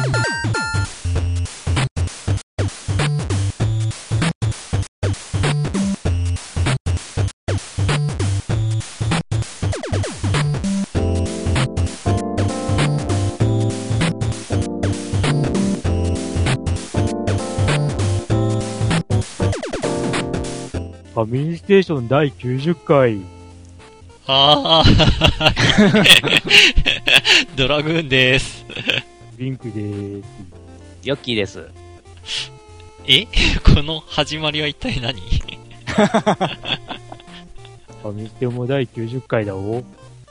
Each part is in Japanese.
ファミリーステーション第90回。 ああ、ドラグーンです。 リンクでーす。 ヨッキーです。 この始まりは一体何？ ファミステも第90回だお。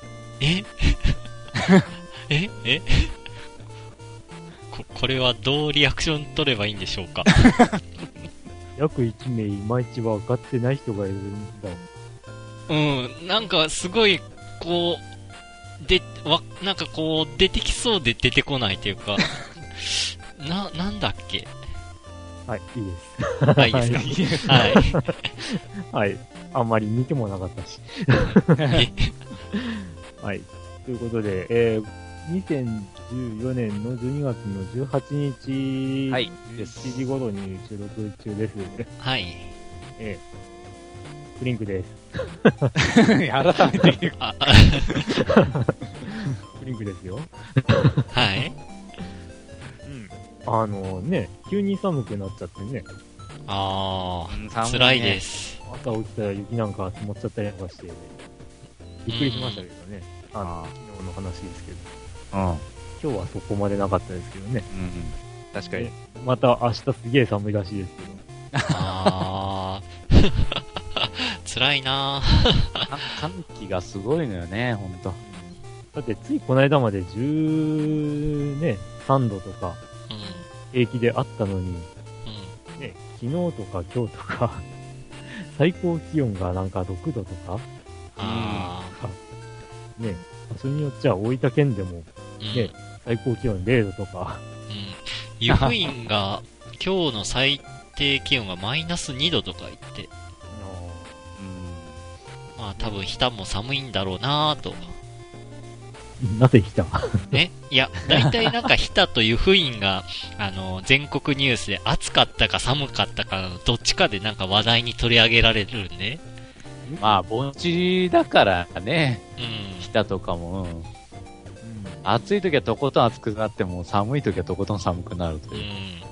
これはどうリアクション取ればいいんでしょうか？ 約1名いまいち分かってない人がいるんだ。 なんかすごい、こう、なんかこう、出てきそうで出てこないというか、なんだっけ？ はい、いいです。 はい、いいですか？はい。 はい。あんまり見てもなかったし。はい。ということで、2014年の12月の18日、 はい、 7時頃に収録中です。 はい。 フリンクです。 改めて言う。 フリンクですよ。 はい。 急に寒くなっちゃってね。 辛いです。 朝起きたら雪なんか積もっちゃったりとかして、びっくりしましたけどね。昨日の話ですけど。今日はそこまでなかったですけどね。 確かに。 また明日すげえ寒いらしいですけど。 辛いな寒気がすごいのよね、ほんと。 だってついこの間まで13度とか、平気であったのに、昨日とか今日とか、最高気温がなんか6度とか、場所によっちゃ大分県でも、最高気温0度とか。 湯布院が今日の最低気温がマイナス2度とか言って、まあ多分日田も寒いんだろうなぁと。 なぜ日田？ いや、大体なんか日田と湯布院が、全国ニュースで暑かったか寒かったかのどっちかでなんか話題に取り上げられるんで。 まあ、盆地だからね。日田とかも、暑い時はとことん暑くなっても、寒い時はとことん寒くなるという。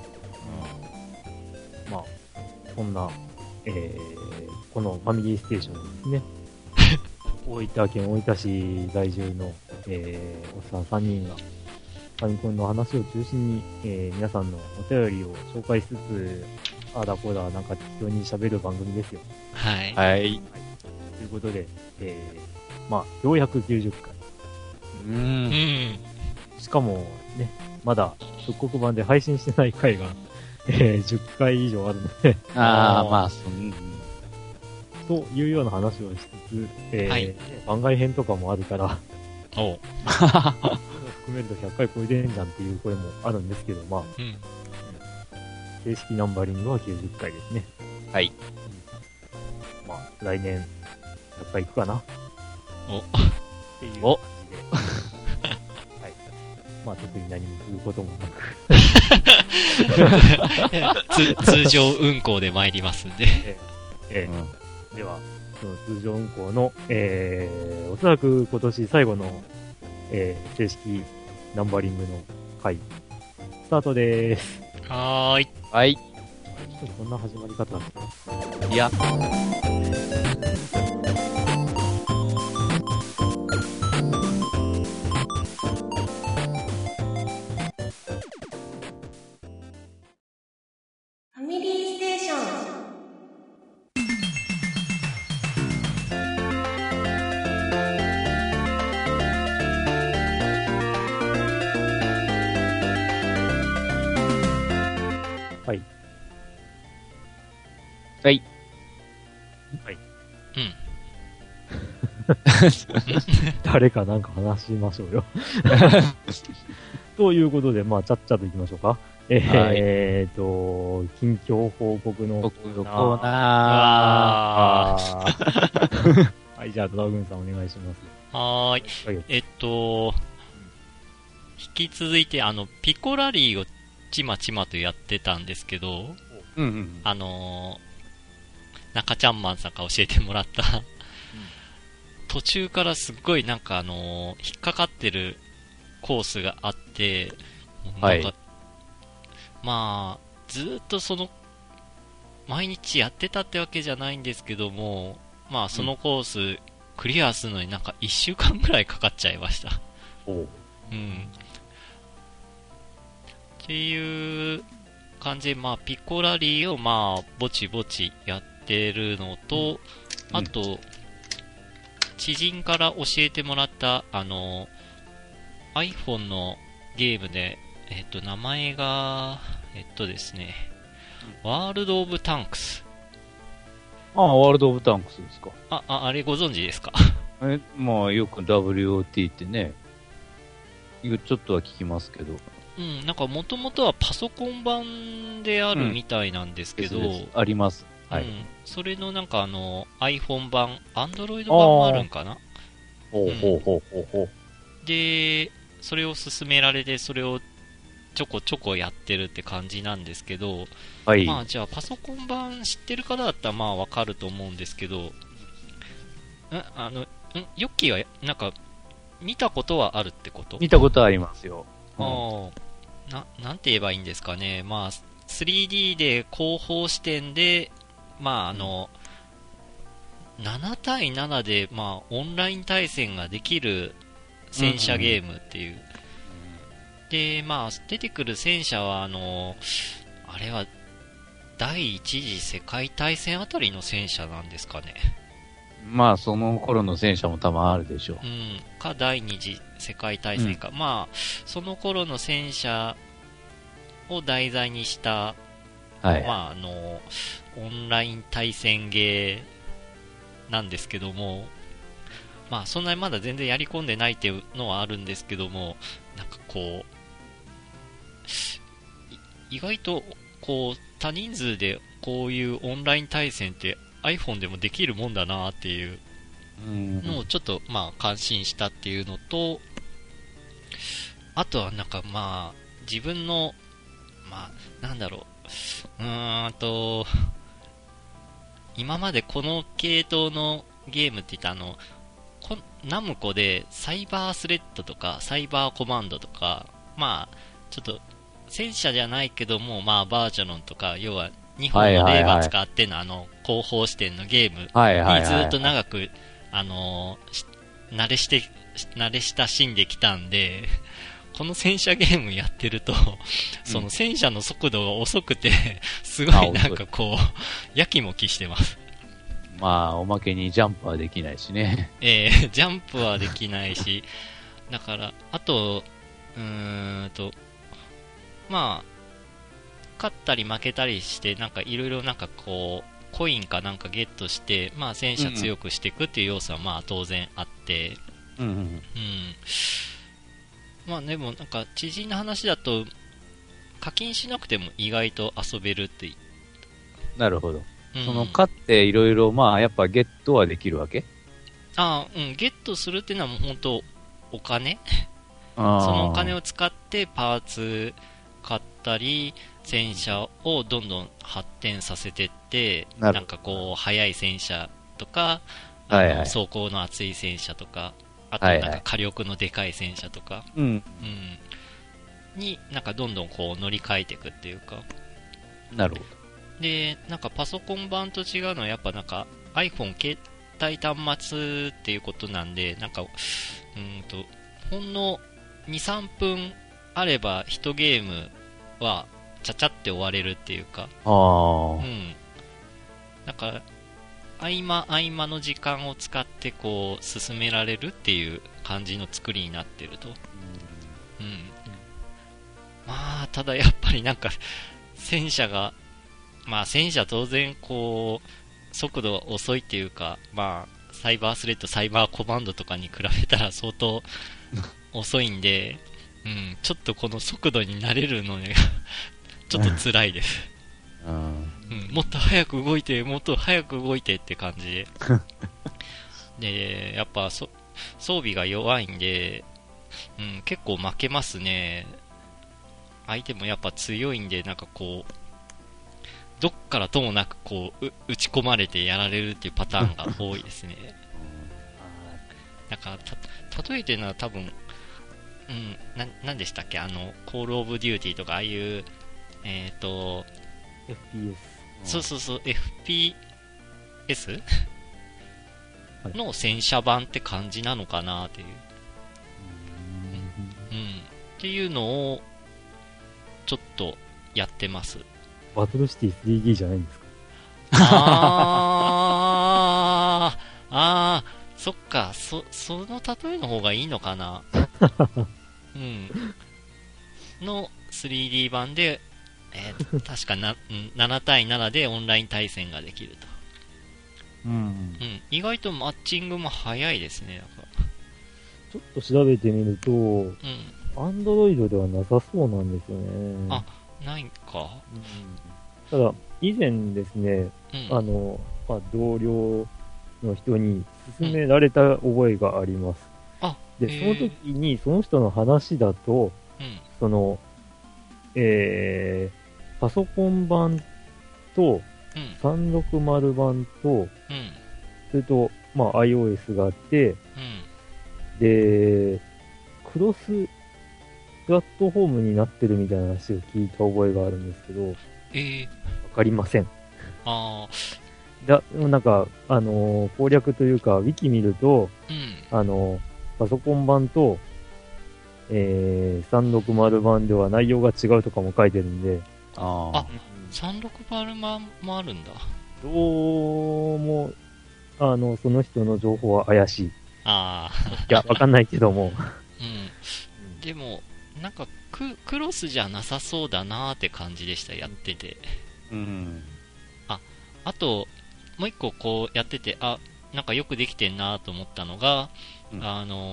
まあ、そんな、このファミリーステーションですね。大分県大分市在住の、おっさん3人が、ファミコンの話を中心に、皆さんのお便りを紹介しつつ、あーだこーだなんか適当に喋る番組ですよ。 はい。 はい。 ということで、まあ、ようやく90回。しかも、ね、まだ復刻版で配信してない回が、10回以上あるのでまあ、 というような話をしつつ、番外編とかもあるから、含めると100回超えてんじゃんっていう声もあるんですけど、まあ、正式ナンバリングは90回ですね。 はい。 まあ、来年、100回いくかなっていう感じで。はい。まあ、特に何もすることもなく。通常運行で参りますんで。 では、その通常運行の、おそらく今年最後の、正式ナンバリングの回、スタートでーす。 はーい。 はい。 こんな始まり方いや。 ファミリーステーション。 はい。 はい。 はい。誰かなんか話しましょうよ。ということで、まあ、ちゃっちゃと行きましょうか。近況報告のコーナー。はい、じゃあ、ドラグーンさんお願いします。 はーい。 引き続いて、ピコラリーをちまちまとやってたんですけど、 うんうん。 中ちゃんマンさんから教えてもらった、途中からすっごいなんか引っかかってるコースがあって、なんか、 はいまあ、ずーっと毎日やってたってわけじゃないんですけども、まあそのコースクリアするのになんか1週間ぐらいかかっちゃいました。 おう。 うん。っていう感じで、まあピコラリーをまあぼちぼちやってるのと、あと、知人から教えてもらったiPhone のゲームで、名前が、ですね、ワールド・オブ・タンクス。 ああ、ワールド・オブ・タンクスですか。 あれご存知ですか？ まあ、よく WOT ってね、ちょっとは聞きますけど。 うん、なんかもともとはパソコン版であるみたいなんですけど、 あります。はい。 それのなんかiPhone 版、Android 版もあるんかな？ ほうほうほうほうほう。 で、それを勧められて、それをちょこちょこやってるって感じなんですけど、 はい。 まあじゃあパソコン版知ってる方だったらまあわかると思うんですけど、ヨッキーはなんか見たことはあるってこと？ 見たことありますよ。 なんて言えばいいんですかね。まあ 3D で後方視点で、まあ7対7でまあオンライン対戦ができる戦車ゲームっていう。で、まあ出てくる戦車はあれは第一次世界大戦あたりの戦車なんですかね。 まあ、その頃の戦車も多分あるでしょう。 か、第二次世界大戦か。まあ、その頃の戦車を題材にした、 はい。 まあ、オンライン対戦ゲーなんですけども、まあ、そんなにまだ全然やり込んでないっていうのはあるんですけども、なんかこう、意外と、こう、多人数でこういうオンライン対戦って iPhone でもできるもんだなっていうのをちょっとまあ感心したっていうのと、あとはなんかまあ自分のまあなんだろう、今までこの系統のゲームって言ったナムコでサイバースレッドとかサイバーコマンドとか、まあちょっと戦車じゃないけどもまあバージョンとか、要は日本のレーバー使っての後方視点のゲームにずっと長く、慣れ親しんできたんで、この戦車ゲームやってると、その戦車の速度が遅くて、すごいなんかこう、やきもきしてます。 まあ、おまけにジャンプはできないしね。 ジャンプはできないし、だから、あと、まあ、勝ったり負けたりして、なんかいろいろなんかこう、コインかなんかゲットして、まあ戦車強くしていくっていう要素はまあ当然あって、まあでもなんか知人の話だと、課金しなくても意外と遊べるって。 なるほど。勝っていろいろまあやっぱゲットはできるわけ？ ゲットするっていうのはもう本当お金そのお金を使ってパーツ買ったり、戦車をどんどん発展させていって、なんかこう、速い戦車とか、走行の厚い戦車とか、あとなんか火力のでかい戦車とか、になんかどんどんこう乗り換えていくっていうか。 なるほど。 で、なんかパソコン版と違うのはやっぱなんか iPhone 携帯端末っていうことなんで、なんか、ほんの2、3分あれば1ゲームはちゃちゃって終われるっていうか、なんか合間合間の時間を使ってこう進められるっていう感じの作りになってると。まあただやっぱりなんか戦車が、まあ戦車当然こう速度が遅いっていうか、まあサイバースレッド、サイバーコマンドとかに比べたら相当遅いんで、ちょっとこの速度に慣れるのねちょっと辛いです。もっと早く動いて、もっと早く動いてって感じで。で、やっぱ装備が弱いんで、 うん、結構負けますね。相手もやっぱ強いんで、なんかこう、どっからともなくこう、打ち込まれてやられるっていうパターンが多いですね。だから、例えてるのは多分、うん、なんでしたっけ、コールオブデューティーとか、ああいう、 FPS。 そうそうそう、FPS はいの戦車版って感じなのかなっていう。うん。っていうのを、ちょっとやってます。 バトルシティ 3D じゃないんですか？ そっか、その例えの方がいいのかな。うん。の 3D 版で、確か7対7でオンライン対戦ができると。 うん。 うん。意外とマッチングも早いですね、だから。 ちょっと調べてみると、 うん。 Android ではなさそうなんですよね。 あ、ないか。 ただ、以前ですね、 うん。 同僚の人に勧められた覚えがあります。 あ、 で、その時に、その人の話だと、 うん。 その、パソコン版と、 うん。 360版と、 うん。 それと、まあ、iOS があって、 うん。 で、クロスプラットフォームになってるみたいな話を聞いた覚えがあるんですけど、わかりません。 あなんか、攻略というか、ウィキ見ると、 ー、うん。 パソコン版と、360版では内容が違うとかも書いてるんで、 あ、360版もあるんだ。 どうも、その人の情報は怪しい。 あいや、わかんないけども。 あ、うん。でも、なんかクロスじゃなさそうだなーって感じでした、やってて。 うん。 あと、もう一個こうやってて、なんかよくできてんなと思ったのが、 うん、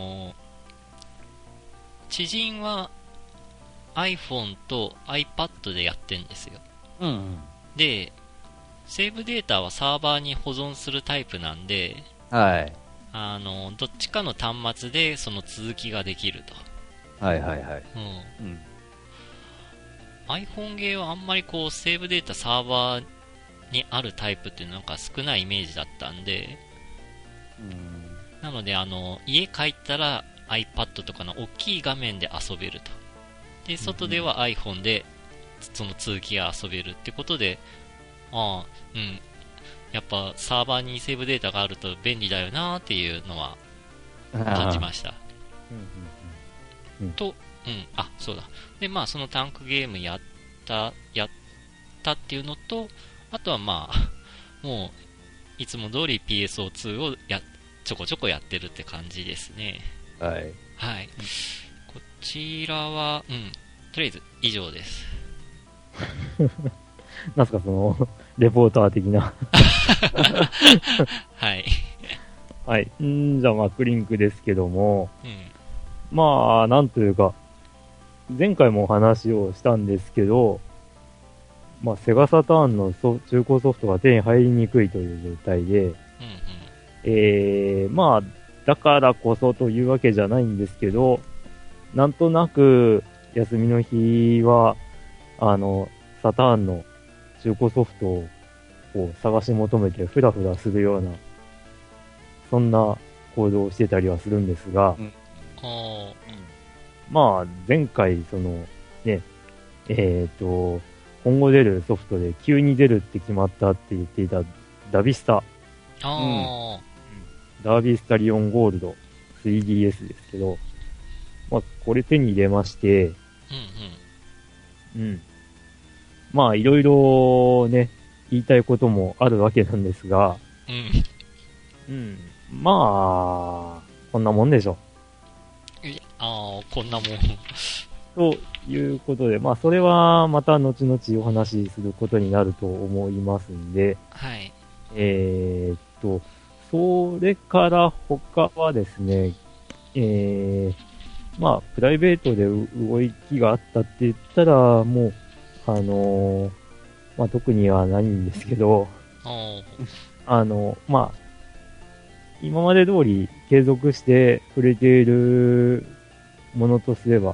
知人は iPhone と iPad でやってんですよ。 うん。 で、セーブデータはサーバーに保存するタイプなんで、 はい。 どっちかの端末でその続きができると。 はいはいはい。 うん。 うん。 iPhone ゲーはあんまりこうセーブデータサーバーにあるタイプっていうのなんか少ないイメージだったんで、なので家帰ったら iPad とかの大きい画面で遊べると。で、外では iPhone でその続きが遊べるってことで、うん。やっぱサーバーにセーブデータがあると便利だよなっていうのは感じました。と、そうだ。で、まあそのタンクゲームやったっていうのと、あとはまあ、もう、いつも通り PSO2 をちょこちょこやってるって感じですね。 はい。 はい。こちらは、とりあえず以上です。 なんすか、その、レポーター的な。 はい。 はい。じゃあ、まあ、クリンクですけども、 うん。 まあ、なんというか、前回もお話をしたんですけど、まあ、セガサターンの中古ソフトが手に入りにくいという状態で、まあ、だからこそというわけじゃないんですけど、なんとなく、休みの日は、サターンの中古ソフトを探し求めてフラフラするような、そんな行動をしてたりはするんですが、まあ、前回、その、ね、今後出るソフトで急に出るって決まったって言っていたダビスタ。ダービースタリオンゴールド 3DS ですけど、まあ、これ手に入れまして、まあ、いろいろね、言いたいこともあるわけなんですが、まあ、こんなもんでしょ。 こんなもん。 ということで、まあ、それはまた後々お話しすることになると思いますんで、 はい。 それから他はですね、まあ、プライベートで動きがあったって言ったら、もう、まあ、特にはないんですけど、まあ、今まで通り継続して触れているものとすれば、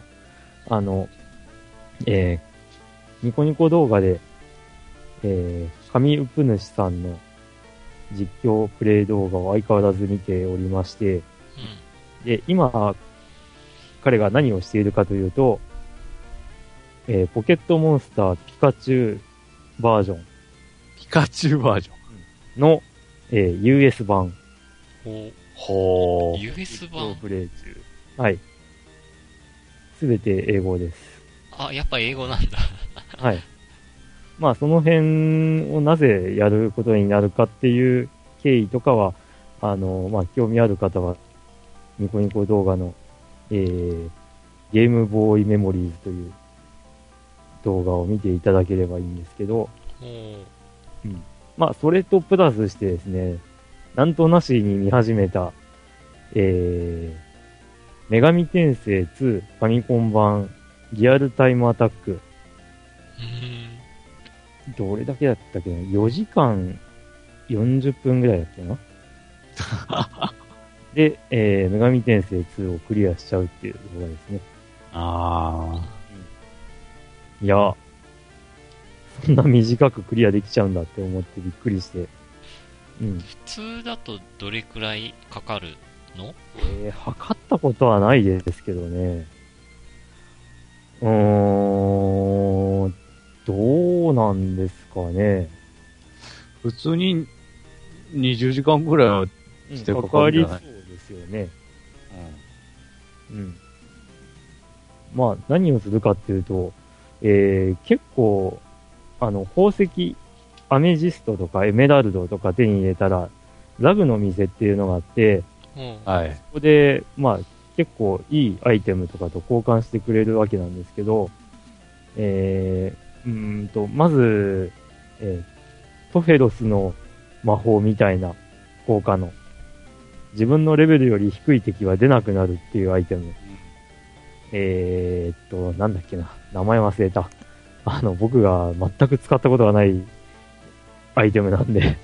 ニコニコ動画で、神ウプ主さんの実況プレイ動画を相変わらず見ておりまして、で、今、彼が何をしているかというと、ポケットモンスターピカチュウバージョン。 ピカチュウバージョンの、US 版。 ほー。 US 版プレイ中。はい。すべて英語です。 あ、やっぱ英語なんだ。 はい。まあ、その辺をなぜやることになるかっていう経緯とかは、まあ、興味ある方は、ニコニコ動画の、ゲームボーイメモリーズという動画を見ていただければいいんですけど、うん。まあ、それとプラスしてですね、なんとなしに見始めた、女神転生2ファミコン版リアルタイムアタック。どれだけだったっけな ?4 時間40分ぐらいだっけなで、女神転生2をクリアしちゃうっていう動画ですね。いや、そんな短くクリアできちゃうんだって思ってびっくりして。うん。 普通だとどれくらいかかるの？ 測ったことはないですけどね。どうなんですかね。 普通に20時間ぐらいはしてかかりそうですよね。うん。まあ、何をするかっていうと、結構、宝石、アメジストとかエメラルドとか手に入れたら、ラグの店っていうのがあって、 はい。 そこで、まあ、結構いいアイテムとかと交換してくれるわけなんですけど、まず、トフェロスの魔法みたいな効果の、自分のレベルより低い敵は出なくなるっていうアイテム。なんだっけな。名前忘れた。僕が全く使ったことがないアイテムなんで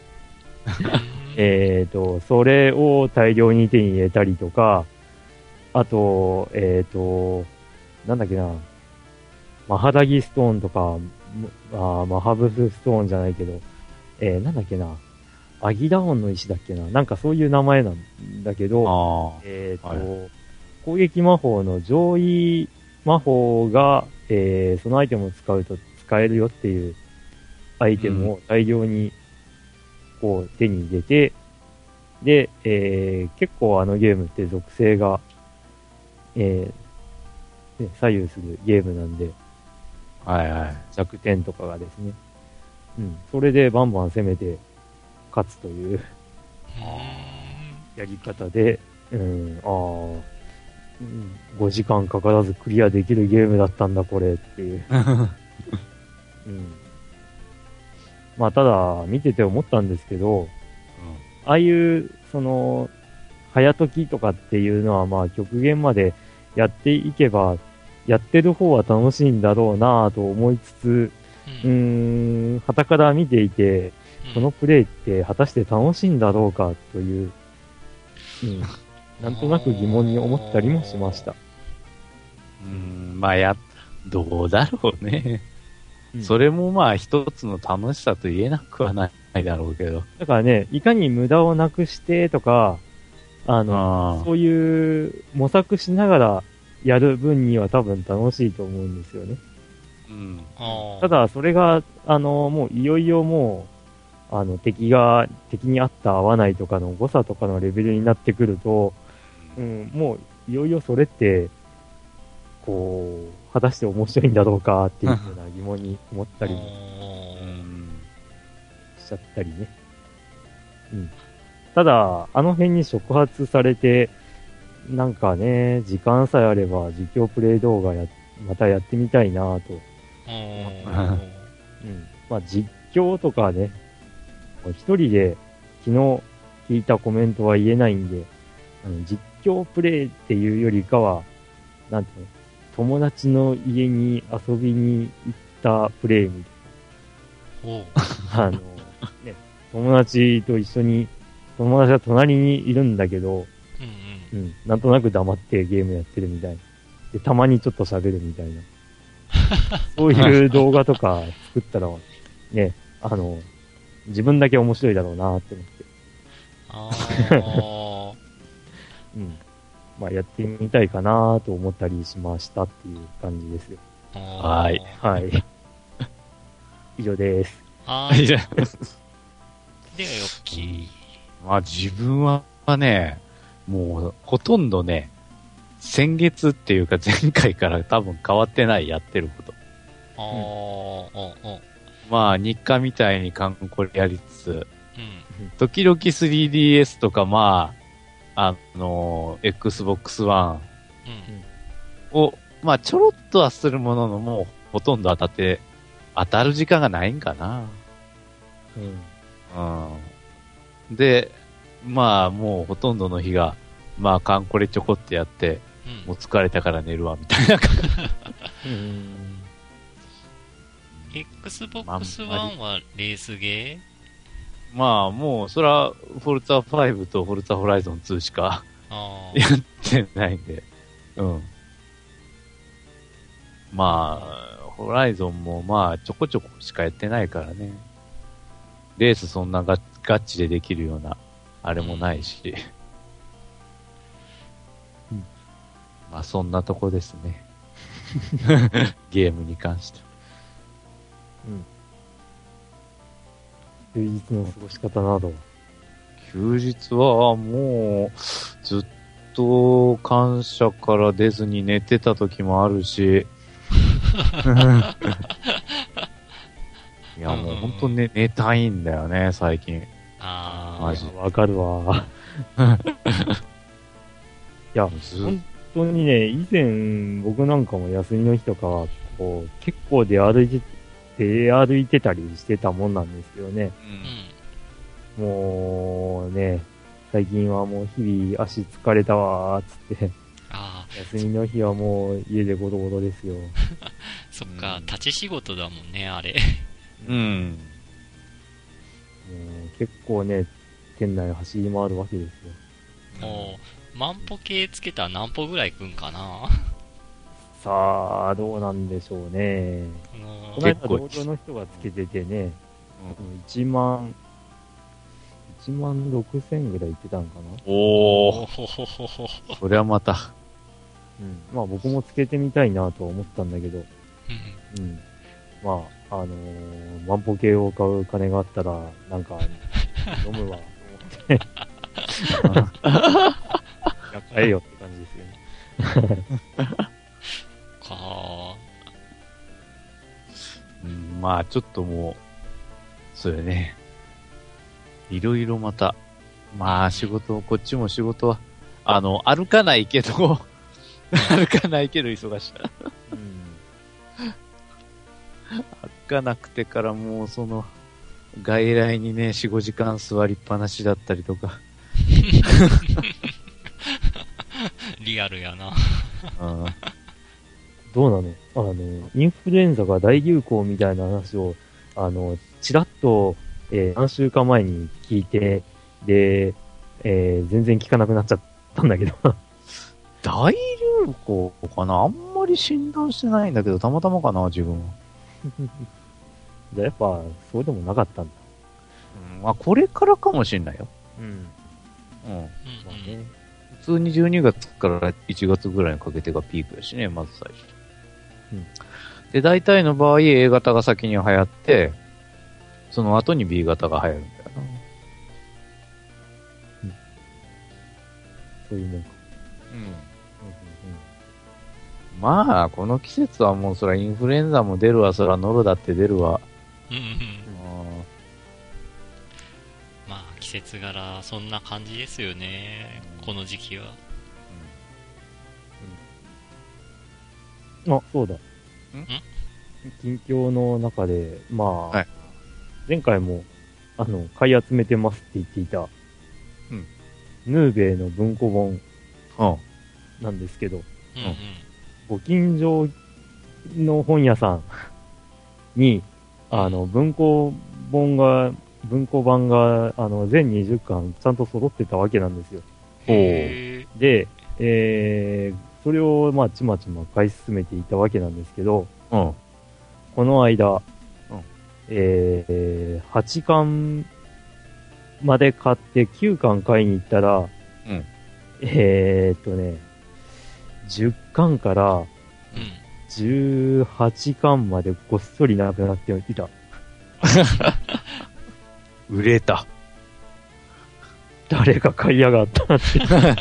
それを大量に手に入れたりとか、あと、なんだっけな。マハダギストーンとか、マハブスストーンじゃないけど、なんだっけな。アギダオンの石だっけな。なんかそういう名前なんだけど、はい、攻撃魔法の上位魔法が、そのアイテムを使うと使えるよっていうアイテムを大量にこう手に入れて、で、結構あのゲームって属性が、ね、左右するゲームなんで、 はいはい。 弱点とかがですね。うん。それでバンバン攻めて勝つというやり方で、5時間かからずクリアできるゲームだったんだこれっていう。まあただ見てて思ったんですけど、ああいうその早解きとかっていうのはまあ極限までやっていけばやってる方は楽しいんだろうなぁと思いつつ、傍から見ていて、このプレイって果たして楽しいんだろうかという、なんとなく疑問に思ったりもしました。 まあどうだろうね。それもまあ一つの楽しさと言えなくはないだろうけど。 だからね、いかに無駄をなくしてとか、そういう模索しながらやる分には多分楽しいと思うんですよね。ただ、それが、もういよいよもう、敵に合った合わないとかの誤差とかのレベルになってくると、もういよいよそれって、こう、果たして面白いんだろうかっていうような疑問に思ったりもしちゃったりね。ただ、あの辺に触発されて、なんかね、時間さえあれば実況プレイ動画またやってみたいなぁと。まあ実況とかね、一人で昨日聞いたコメントは言えないんで、実況プレイっていうよりかは、なんていうの、友達の家に遊びに行ったプレイみたいな。ね、友達と一緒に、友達は隣にいるんだけど、なんとなく黙ってゲームやってるみたいな。 で、たまにちょっと喋るみたいな。そういう動画とか作ったら、ね、自分だけ面白いだろうなって思って。 あうん。まあ、やってみたいかなと思ったりしましたっていう感じですよ。 はい。 はい。以上です。 はい。では、よっきー。 まあ、自分はね、もう、ほとんどね、先月っていうか前回から多分変わってないやってること。まあ、日課みたいにカンコレやりつつ、時々 3DS とか、まあ、Xbox One を、まあ、ちょろっとはするものの、もうほとんど当たる時間がないんかな。で、まあ、もうほとんどの日が、まあ、カンコレちょこってやって、もう疲れたから寝るわ、みたいな感じ。Xbox One はレースゲー？ まあ、もう、そら、フォルツァ5とフォルツァホライゾン2しかやってないんで。うん。まあ、ホライゾンもまあ、ちょこちょこしかやってないからね。レースそんなガッチでできるような、あれもないし。まあ、そんなとこですね。ゲームに関して。 休日の過ごし方など。 休日はもう、ずっと感謝から出ずに寝てた時もあるし。いや、もう本当に寝たいんだよね、最近。 マジ。わかるわ。いや、本当にね、以前僕なんかも休みの日とかは、こう、結構出歩いてたりしてたもんなんですけどね。もうね、最近はもう日々足疲れたわーっつって。休みの日はもう家でゴロゴロですよ。 そっか、立ち仕事だもんね、あれ。 もう結構ね、店内走り回るわけですよ。 もう、万歩計つけたら何歩ぐらい行くんかな。 さあ、どうなんでしょうね。この間同僚の人がつけててね、1万6千ぐらい行ってたんかな。 おー。そりゃまた。 まあ僕もつけてみたいなとは思ったんだけど、まあ、万歩計を買う金があったら、なんか、飲むわ、と思って。いや、買えよって感じですよね。 まあ、ちょっともう、そうよね。いろいろまた、まあ、こっちも仕事は、歩かないけど、歩かないけど忙しい。歩かなくてからもう外来にね、4、5時間座りっぱなしだったりとか。 リアルやな。 どうなの？インフルエンザが大流行みたいな話を、ちらっと、何週間前に聞いて、で、全然聞かなくなっちゃったんだけど。 大流行かな？あんまり診断してないんだけど、たまたまかな、自分は。 じゃあやっぱ、そうでもなかったんだ。 まあ、これからかもしんないよ。まあね。普通に12月から1月ぐらいにかけてがピークだしね、まず最初。で、大体の場合 A 型が先に流行って、その後に B 型が流行るんだよな。 そういうもんか。 まあ、この季節はもうそらインフルエンザも出るわ、そらノロだって出るわ。 まあ、季節柄、そんな感じですよね。この時期は。 あ、そうだ。近況の中で、まあ、前回も、買い集めてますって言っていた、ヌーベイの文庫本なんですけど、ご近所の本屋さんに、文庫版が、全20巻ちゃんと揃ってたわけなんですよ。で、そそれをまあちまちま買い進めていたわけなんですけど、 うん。 この間、 うん 8巻まで買って9巻買いに行ったら、 うん。 10巻からうん。 18巻までごっそりなくなっていた。 売れた。 誰が買いやがったって。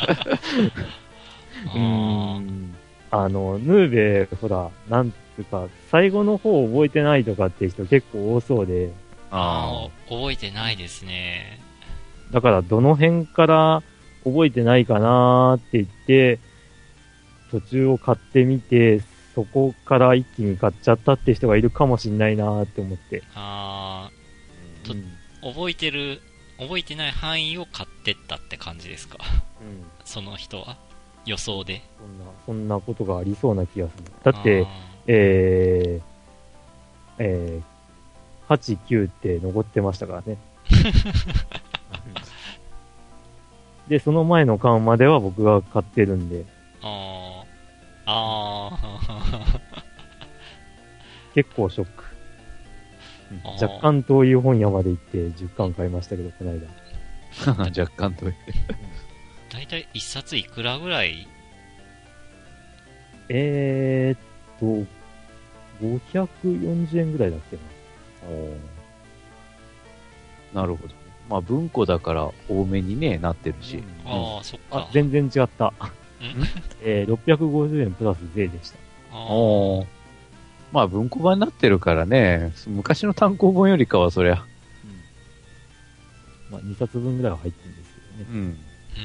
あーヌーベ、ほら、なんつうか、最後の方覚えてないとかっていう人結構多そうで、 あー、覚えてないですね。 だからどの辺から覚えてないかなーって言って、途中を買ってみて、そこから一気に買っちゃったって人がいるかもしんないなーって思って。 あとうんー、覚えてない範囲を買ってったって感じですか。 うんその人は。予想で。 そんなことがありそうな気がする。だって、8、9って残ってましたからね。で、その前の巻までは僕が買ってるんで、 あー、あ結構ショック。 ー、 若干遠い本屋まで行って10巻買いましたけど、この間。 若干と。 だいたい1冊いくらぐらい？ 540円ぐらいだっけな。 なるほど。まあ文庫だから多めにね、なってるし。 ああ、そっか。 全然違った。 ん 650円プラス税でした。 おー。まあ文庫版になってるからね、昔の単行本よりかはそりゃ。 まあ、2冊分ぐらいは入ってるんですけどね。 うん。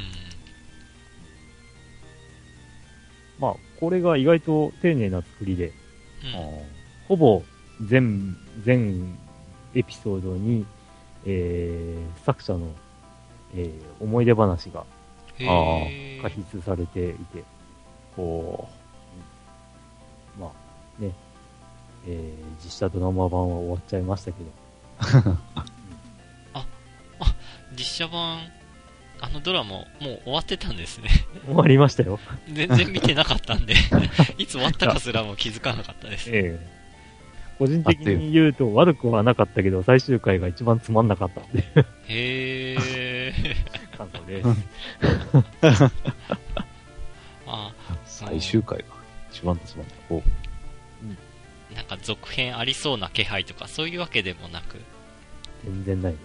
まあ、これが意外と丁寧な作りで、 うん。 ほぼ全エピソードに、作者の、思い出話がへー加筆されていて、 こまあね、実写ドラマ版は終わっちゃいましたけど、 実写版、ドラマ、もう終わってたんですね。 終わりましたよ。 全然見てなかったんで、いつ終わったかすらも気づかなかったです。 個人的に言うと悪くはなかったけど、最終回が一番つまんなかったんで、 へー。 感想です。 あ、 最終回が一番つまんない。おなんか続編ありそうな気配とか、そういうわけでもなく。 全然ないね。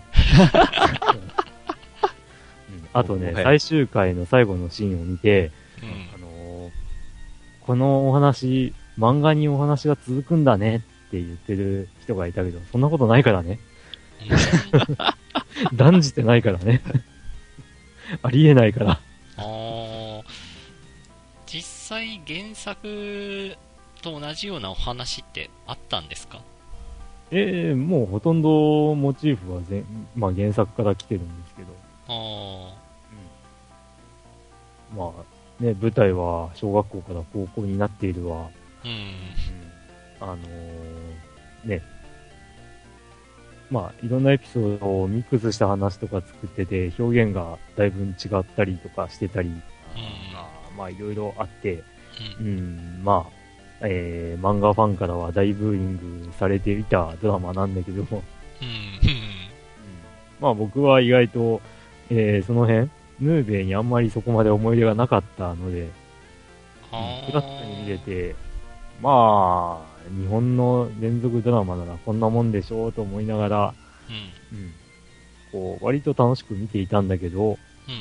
あとね、 はい最終回の最後のシーンを見て、 うん。 このお話、漫画にお話が続くんだねって言ってる人がいたけど、そんなことないからね。断じてないからね。ありえないから。 あー、実際原作と同じようなお話ってあったんですか？ もうほとんどモチーフはまあ原作から来てるんですけど、 あまあね、舞台は小学校から高校になっているわ。 ー、うん。 ね、まあいろんなエピソードをミックスした話とか作ってて、表現がだいぶ違ったりとかしてたり、まあいろいろあって、まあ、漫画ファンからは大ブーイングされていたドラマなんだけども、まあ僕は意外と、その辺、ヌーベイにあんまりそこまで思い出がなかったので、フラットに見れて、まあ、日本の連続ドラマならこんなもんでしょうと思いながら、こう、割と楽しく見ていたんだけど、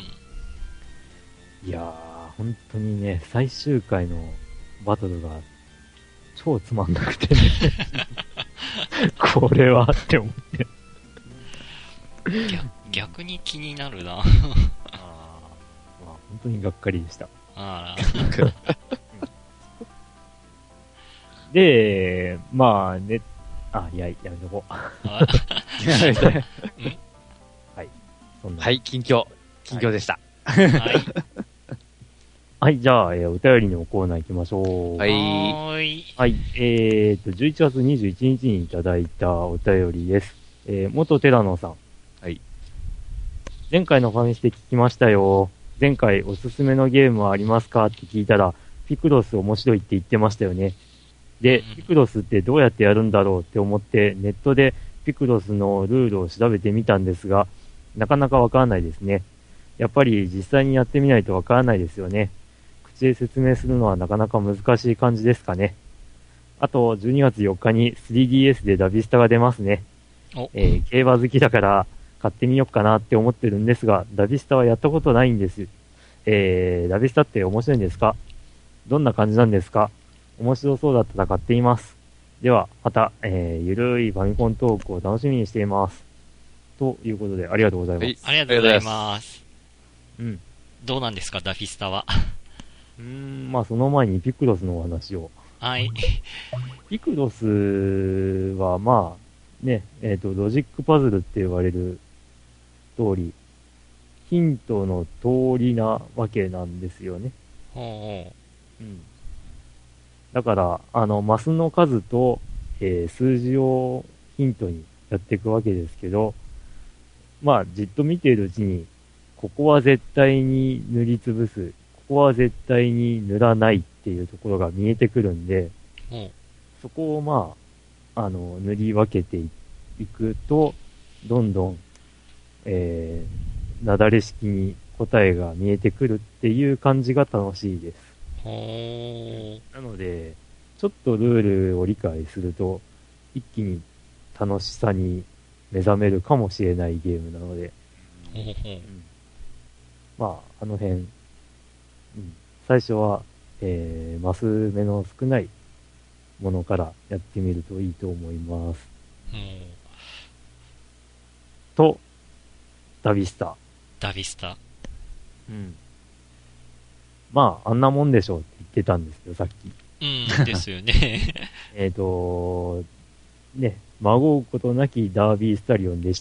いやー、本当にね、最終回のバトルが超つまんなくてね、これはって思って。 逆に気になるな。 まあ、本当にがっかりでした。 あで、まあね、やめとこう。 あ。 そんな。 はい、近況でした。 はい。 はい、じゃあ、お便りのコーナー行きましょう。 はいはーい。 はい、11月21日にいただいたお便りです。元寺野さん。 はい。 前回のファミステ聞きましたよ。前回おすすめのゲームはありますかって聞いたら、 ピクロス面白いって言ってましたよね。で、ピクロスってどうやってやるんだろうって思って、ネットでピクロスのルールを調べてみたんですが、なかなかわからないですね。やっぱり実際にやってみないとわからないですよね。口で説明するのはなかなか難しい感じですかね。あと、12月4日に 3DS でダビスタが出ますね。競馬好きだから買ってみようかなって思ってるんですが、ダビスタはやったことないんです。ダビスタって面白いんですか？どんな感じなんですか？面白そうだったら買ってみます。では、また、ゆるいファミコントークを楽しみにしています。ということで、ありがとうございます。 ありがとうございます。 うん。 どうなんですか、ダビスタは。 まあ、その前にピクロスのお話を。 はい。 ピクロスは、まあ、ね、ロジックパズルって言われる通り、ヒントの通りなわけなんですよね。 ほう。 だから、マスの数と、数字をヒントにやっていくわけですけど、まあ、じっと見ているうちに、ここは絶対に塗りつぶす、ここは絶対に塗らないっていうところが見えてくるんで、そこをまあ、塗り分けていくと、どんどん、なだれ式に答えが見えてくるっていう感じが楽しいです。なので、ちょっとルールを理解すると、一気に楽しさに目覚めるかもしれないゲームなので、まあ、あの辺、最初は、マス目の少ないものからやってみるといいと思います。と、ダビスタ。まあ、あんなもんでしょうって言ってたんですけど、さっき。 ですよね。 ね、孫うことなきダービースタリオンでした。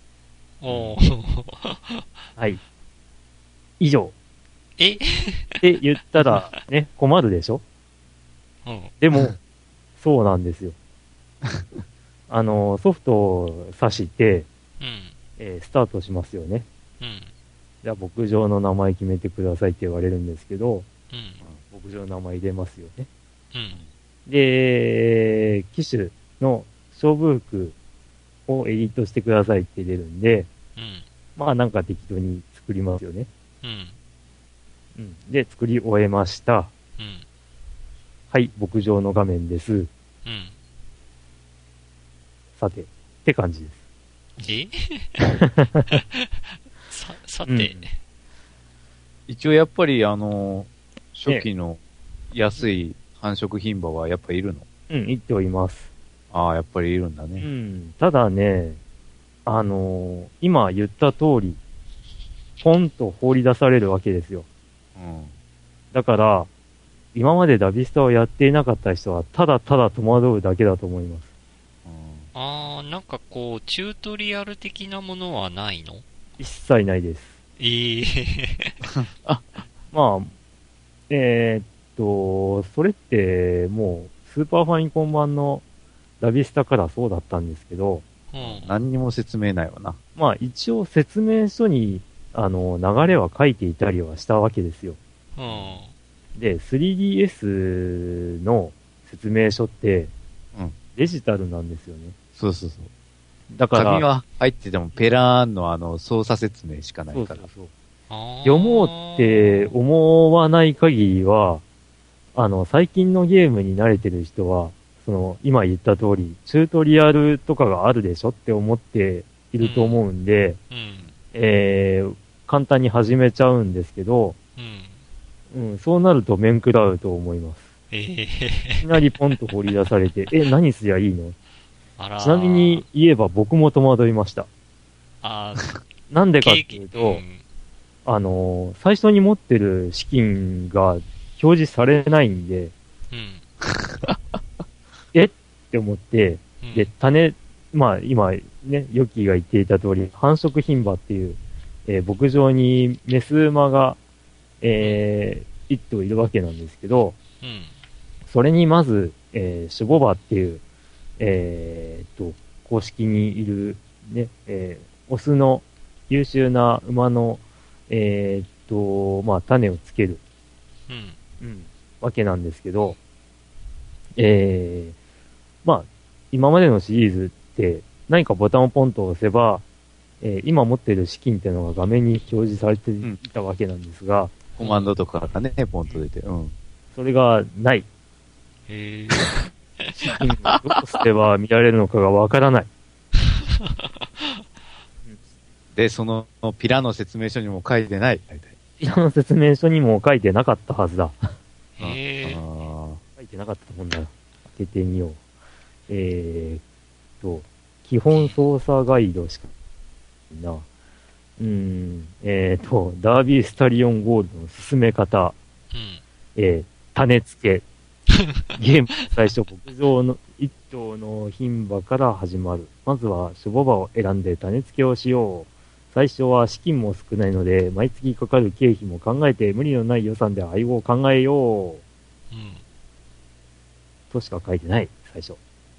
はい。以上。って言ったら、ね、困るでしょ？でも、そうなんですよ。ソフトを挿して、スタートしますよね。じゃあ、牧場の名前決めてくださいって言われるんですけど、牧場の名前入れますよね。で、機種の勝負服をエディットしてくださいって出るんで、まあなんか適当に作りますよね。で、作り終えました。はい、牧場の画面です。さて、って感じです。 さて、 一応やっぱり初期の安い繁殖牝馬はやっぱいるの？ いっております。 ああ、やっぱりいるんだね。 ただね、今言った通り、ポンと放り出されるわけですよ。だから、今までダビスタをやっていなかった人は、ただただ戸惑うだけだと思います。 なんかこう、チュートリアル的なものはないの？ 一切ないです。まあ、それって、もう、スーパーファミコン版のダビスタからそうだったんですけど、 何にも説明ないわな。 まあ、一応説明書に、流れは書いていたりはしたわけですよ。で、3DS の説明書って、デジタルなんですよね。 そうそうそう。 だから、 紙は入っててもペラーンの操作説明しかないから。 読もうって思わない限りは、最近のゲームに慣れてる人は、今言った通り、チュートリアルとかがあるでしょって思っていると思うんで、簡単に始めちゃうんですけど、そうなると面食らうと思います。いきなりポンと放り出されて、何すりゃいいの？ちなみに言えば僕も戸惑いました。なんでかっていうと、最初に持ってる資金が表示されないんで、って思って、で、まあ今ね、ヨッキーが言っていた通り、繁殖牝馬っていう、牧場にメス馬が、一頭いるわけなんですけど、それにまず、守護馬っていう、公式にいる、ね、オスの優秀な馬の、まあ、種をつける。 わけなんですけど、まあ、今までのシリーズって、何かボタンをポンと押せば、今持っている資金っていうのが画面に表示されていたわけなんですが、 コマンドとかがね、ポンと出て。うん。 それがない。 へ資金をどうすれば見られるのかがわからない。 で、そのピラの説明書にも書いてない。大体。 ピラの説明書にも書いてなかったはずだ。 へ書いてなかったと思うんだ。開けてみよう。基本操作ガイドしかないな。ダービースタリオンゴールドの進め方、種付け、ゲーム最初、牧場の一頭の牝馬から始まる。まずは、種牡馬を選んで種付けをしよう。最初は資金も少ないので、毎月かかる経費も考えて、無理のない予算で配合を考えよう。としか書いてない、最初。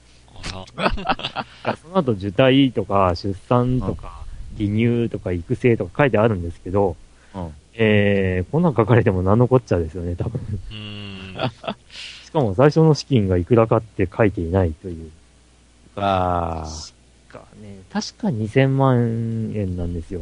その後、受胎とか、出産とか、離乳とか育成とか書いてあるんですけど、こんなん書かれても何のこっちゃですよね、多分。しかも最初の資金がいくらかって書いていないという。確か2000万円なんですよ。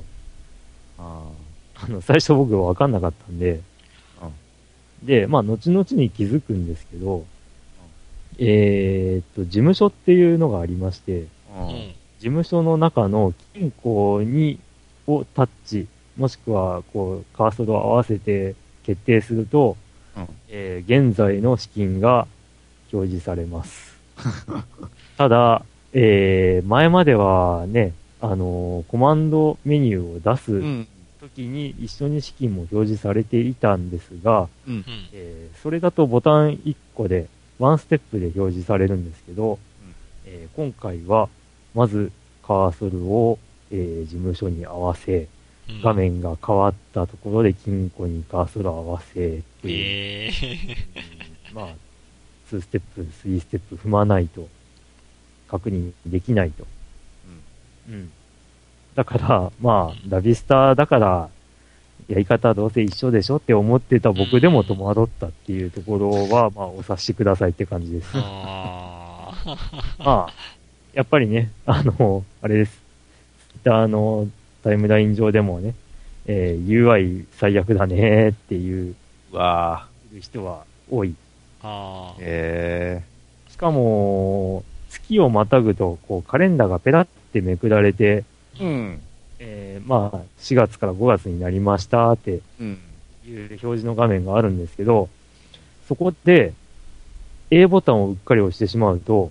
最初僕は分かんなかったんで。で、まあ、後々に気づくんですけど、事務所っていうのがありまして、事務所の中の金庫をタッチ、もしくは、カーソルを合わせて決定すると、現在の資金が表示されます。ただ、前まではね、コマンドメニューを出す時に一緒に資金も表示されていたんですが、それだとボタン1個で、ワンステップで表示されるんですけど、今回は、まずカーソルを、事務所に合わせ、画面が変わったところで金庫にカーソルを合わせっていう、まあ、2ステップ、3ステップ踏まないと確認できないと。だから、まあ、ダビスタだから、やり方はどうせ一緒でしょって思ってた僕でも戸惑ったっていうところは、まあ、お察しくださいって感じです。まあ、やっぱりね、あれです。タイムライン上でもね、UI 最悪だねっていう人は多い。しかも、月をまたぐと、カレンダーがペラってめくられて、まあ、4月から5月になりましたっていう表示の画面があるんですけど、そこで A ボタンをうっかり押してしまうと、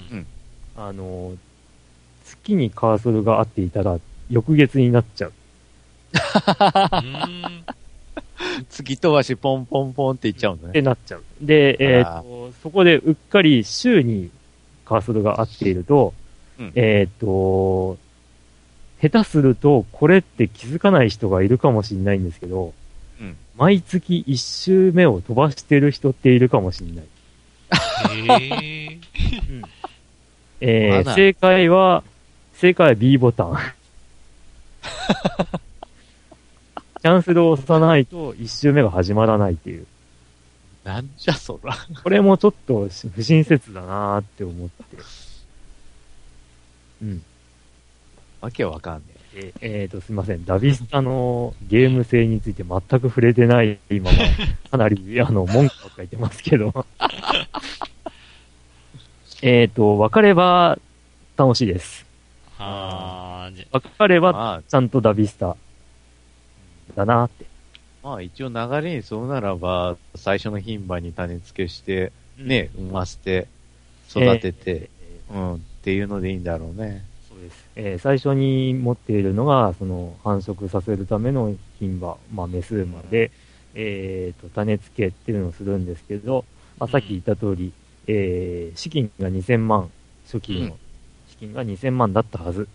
月にカーソルが合っていたら翌月になっちゃう。 月飛ばしポンポンポンっていっちゃうんだね。 ってなっちゃう。で、そこでうっかり週にカーソルが合っていると、下手すると、これって気づかない人がいるかもしれないんですけど、毎月1週目を飛ばしてる人っているかもしれない。正解は B ボタン。キャンセルを押さないと1週目が始まらないっていう。 なんじゃそら。 これもちょっと不親切だなーって思って。 わけわかんねすいません。ダビスタのゲーム性について全く触れてないまま、かなり、文句を書いてますけど。分かれば楽しいです。分かれば、ちゃんとダビスタだなって。 まあ一応流れにそうならば、最初の牝馬に種付けして、ね、産ませて、育てて、っていうのでいいんだろうね。 最初に持っているのが、繁殖させるための牝馬、まあ、メス馬で、種付けっていうのをするんですけど、まあ、さっき言った通り、資金が2000万、初期の資金が2000万だったはず。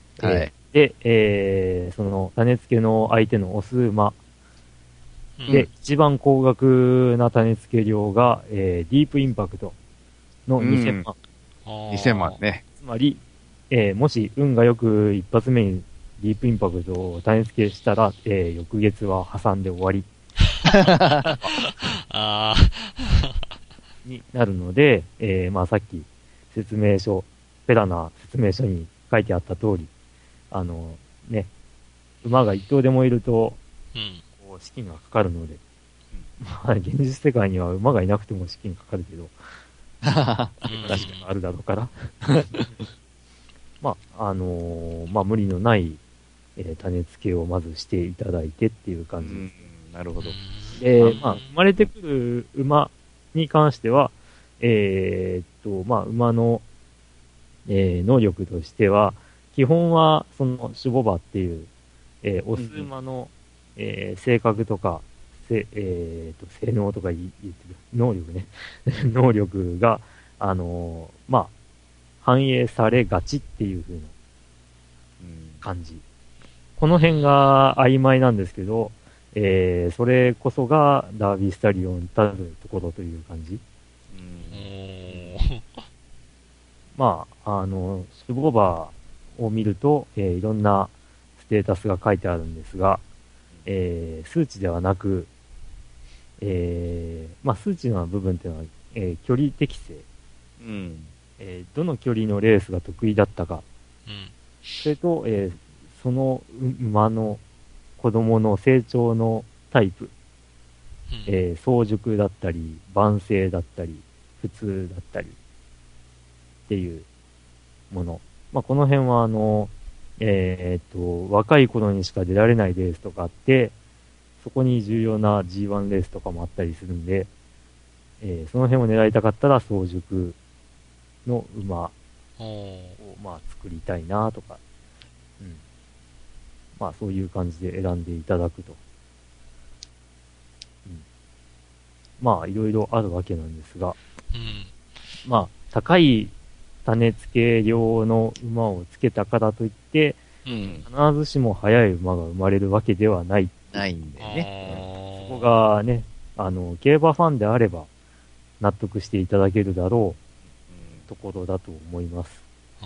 で、その種付けの相手のオス馬で、一番高額な種付け量が、ディープインパクトの2000万。 2000万ね。 つまり、もし運がよく一発目にディープインパクトを種付けしたら、翌月は挟んで終わり。 あになるので、まあさっき説明書、ペラな説明書に書いてあった通り、ね、馬が一頭でもいると、 ー、うん。 こう資金がかかるので、まあ現実世界には馬がいなくても資金かかるけど、 確かあるだろうから。まあ、まあ無理のない、種付けをまずしていただいてっていう感じです。 なるほど。 で、まあ、生まれてくる馬に関しては、まあ、馬の、能力としては、基本は、その、種牡馬っていう、オス馬の、性格とか、性能とか言ってる、能力ね。能力が、まあ、反映されがちっていう風な感じ。この辺が曖昧なんですけど、それこそがダービースタリオンたるところという感じ。まあ、種牡馬を見ると、いろんなステータスが書いてあるんですが、数値ではなく、まあ、数値の部分っていうのは、距離適正。どの距離のレースが得意だったか。それと、その馬の子供の成長のタイプ。早熟だったり、晩成だったり、普通だったり、っていうもの。まあ、この辺は若い頃にしか出られないレースとかあって、そこに重要な G1 レースとかもあったりするんで、その辺を狙いたかったら早熟の馬を、まあ、作りたいなとか、まあ、そういう感じで選んでいただくと。まあ、いろいろあるわけなんですが、まあ、高い種付け用の馬をつけたからといって、必ずしも速い馬が生まれるわけではない。 ないんだよね。 そこがね、競馬ファンであれば納得していただけるだろうところだと思います。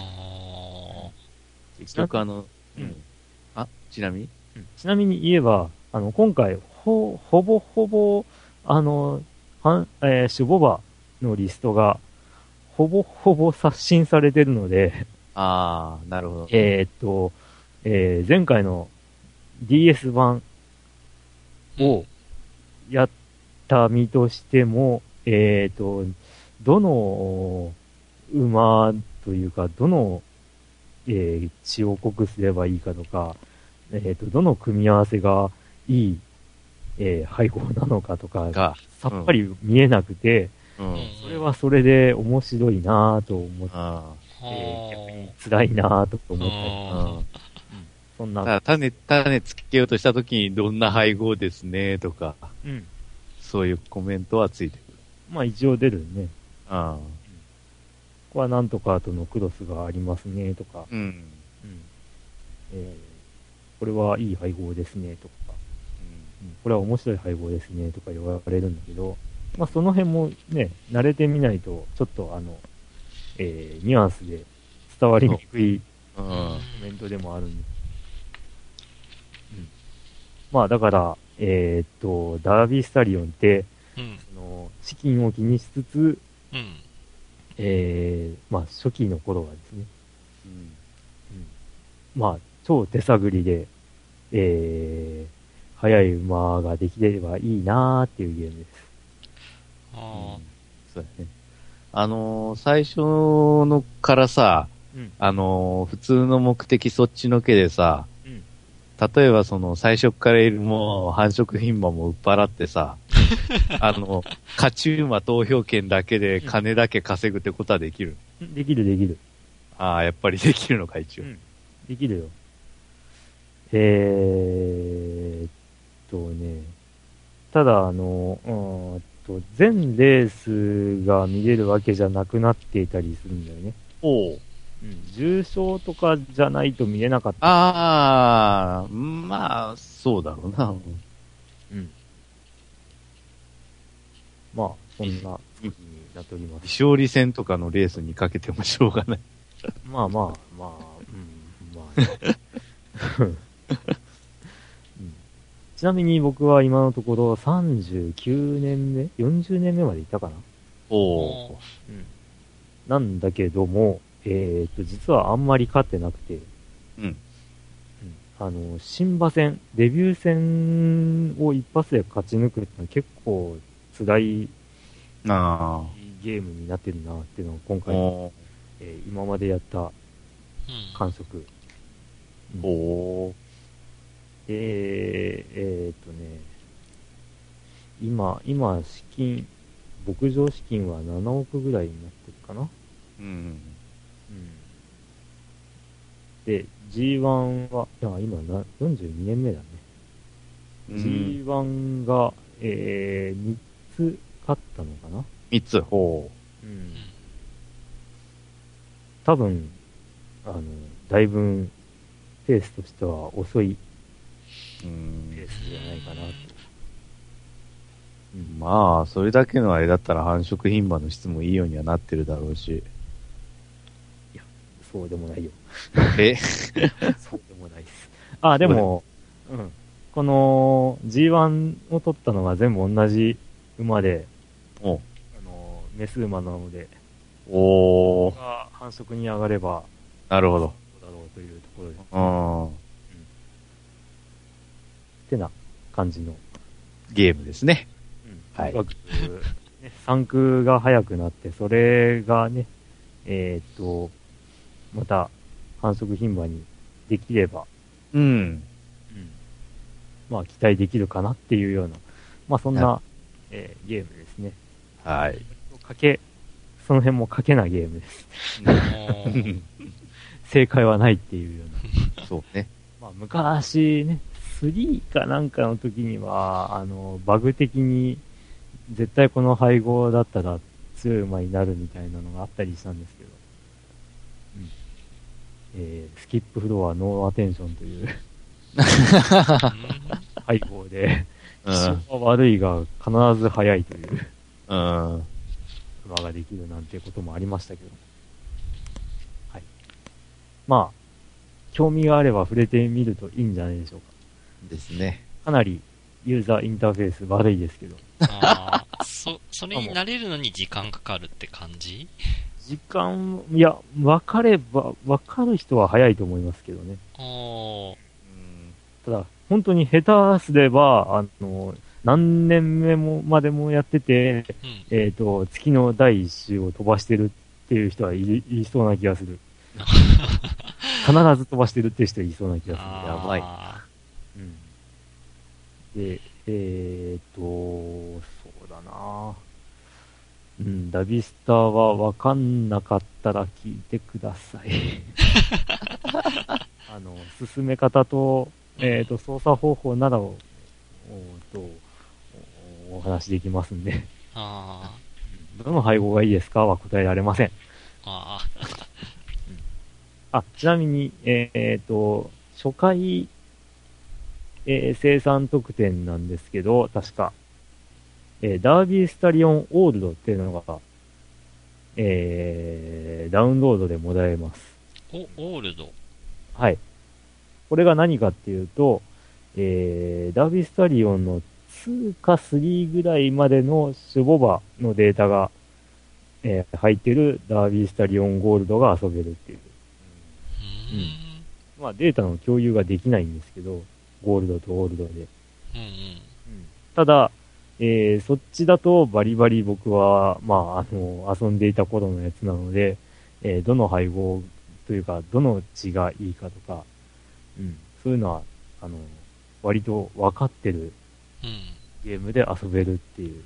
結局ちなみにちなみに言えば、今回、ほぼほぼ、種牡馬のリストが、ほぼほぼ刷新されてるので、 なるほど。 前回の DS 版をやった身としても、どの馬というか、どの、血を濃くすればいいかとか、どの組み合わせがいい、配合なのかとか、さっぱり見えなくて、それはそれで面白いなぁと思って、逆に辛いなぁと思ったり、そんな。 種つけようとしたときにどんな配合ですねとか、そういうコメントはついてくる。 まあ一応出るね。ここはなんとかとのクロスがありますねとか、これはいい配合ですねとか、これは面白い配合ですねとか言われるんだけど、まあその辺もね、慣れてみないと、ちょっとニュアンスで伝わりにくいコメントでもあるんで。まあだから、ダービースタリオンって、その資金を気にしつつ、まあ初期の頃はですね、まあ超手探りで、速い馬ができればいいなーっていうゲームです。 そうだね。最初のからさ、普通の目的そっちのけでさ、例えば最初からいるもう繁殖牝馬も売っ払ってさ、勝ち馬投票権だけで金だけ稼ぐってことはできる？ できるできる。 やっぱりできるのか一応。 できるよ。ただ全レースが見れるわけじゃなくなっていたりするんだよね。重賞とかじゃないと見れなかった。 まあ、そうだろうな。 まあ、そんな風になっております。 勝利戦とかのレースにかけてもしょうがない。 まあ。 ちなみに僕は今のところ39年目 ?40 年目までいたかな。 おー。 なんだけども、実はあんまり勝ってなくて、新馬戦、デビュー戦を一発で勝ち抜くってのは結構辛いゲームになってるなっていうのを今回、今までやった感触。 おー。 今、牧場資金は7億ぐらいになってるかな。で、G1 は、今42年目だね。G1 が、3つ勝ったのかな ?3 つ、ほう。 多分、だいぶ、ペースとしては遅い、ペースじゃないかなと。 まあ、それだけのあれだったら繁殖牝馬の質もいいようにはなってるだろうし。 いや、そうでもないよ。 そうでもないです。でも、この G1 を取ったのが全部同じ馬で、メス馬なので、が繁殖に上がれば、 なるほど。 そうだろうというところで。ってな感じのゲームですね。 はい。3区が速くなって、それがね、また繁殖牝馬にできれば、まあ期待できるかなっていうような、まあそんな、ゲームですね。 はい。 その辺も賭けなゲームです。正解はないっていうような。 そうね。 まあ昔ね、3かなんかの時には、バグ的に、絶対この配合だったら強い馬になるみたいなのがあったりしたんですけど、スキップフロアノーアテンションという配合で、気性は悪いが必ず速いという馬ができるなんてこともありましたけど、はい。まあ、興味があれば触れてみるといいんじゃないでしょうか。 ですね。 かなりユーザーインターフェース悪いですけど。 それに慣れるのに時間かかるって感じ？ いや、わかる人は早いと思いますけどね。ただ、本当に下手すれば、何年目までもやってて、月の第一週を飛ばしてるっていう人はいそうな気がする。必ず飛ばしてるっていう人はいそうな気がする。やばい。で、そうだな。ダビスターはわかんなかったら聞いてください。進め方と、操作方法ならお話できますんで。どの配合がいいですかは答えられません。ちなみに、初回、生産特典なんですけど、確か、ダービースタリオンオールドっていうのが、ダウンロードでもらえます。 オールド？ はい。これが何かっていうと、ダービースタリオンの2か3ぐらいまでの種母馬のデータが、入ってるダービースタリオンゴールドが遊べるっていう。まあデータの共有ができないんですけど、ゴールドとオールドで。ただ、そっちだとバリバリ僕は、まあ、遊んでいた頃のやつなので、どの配合というか、どの血がいいかとか、そういうのは、割と分かってるゲームで遊べるっていう。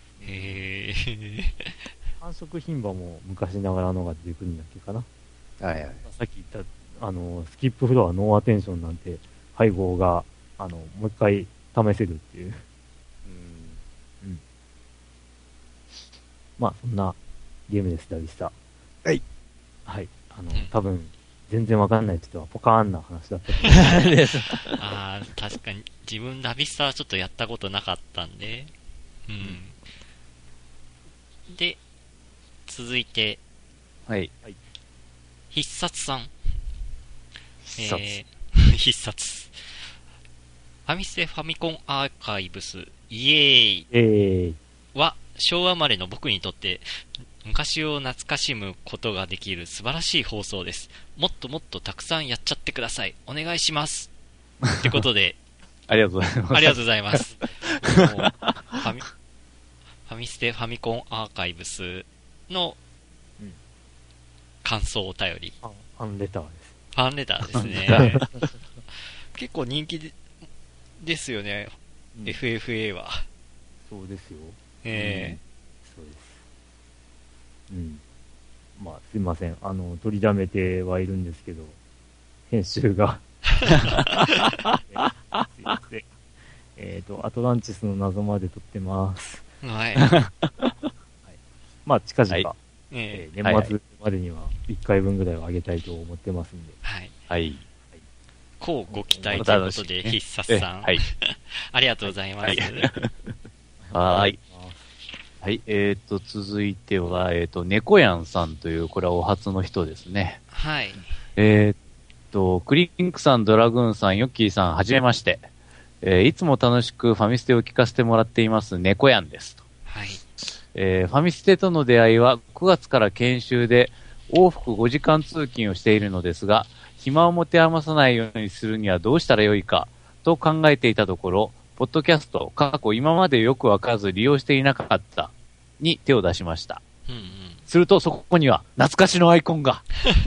繁殖牝馬も昔ながらのが出てくるんだっけかな。さっき言った、スキップフロアノーアテンションなんて配合が、もう一回試せるっていう。まあ、そんなゲームです、ダビスタ。 はい。 はい。多分、全然わかんない人はポカーンな話だったと思うです。 確かに、自分ダビスタはちょっとやったことなかったんで、で、続いて、 はい。 必殺さん。必殺。 ファミステファミコンアーカイブス、イエーイは、昭和生まれの僕にとって、昔を懐かしむことができる素晴らしい放送です。もっともっとたくさんやっちゃってください。お願いします。ってことで、 ありがとうございます。 ありがとうございます。もうファミステファミコンアーカイブスの感想お便り。 ファンレターです。 ファンレターですね。結構人気ですよね、FFA は。 そうですよ。そうです。まあ、すいません。取りだめてはいるんですけど、編集が。すいません。アトランチスの謎まで撮ってます。 はい。 まあ、近々、 はい年末までには1回分ぐらいは上げたいと思ってますんで。 はい。 はい。 こうご期待ということで、必殺さん。 はい。 ありがとうございます。 はい。はい。続いては、猫やんさんという、これはお初の人ですね。 はい。 クリンクさん、ドラグーンさん、ヨッキーさん、はじめまして。いつも楽しくファミステを聞かせてもらっています、猫やんです。 はい。 ファミステとの出会いは9月から研修で往復5時間通勤をしているのですが、暇を持て余さないようにするにはどうしたらよいかと考えていたところ、ポッドキャスト、過去今までよくわからず利用していなかったに手を出しました。 うんうん。 するとそこには懐かしのアイコンが。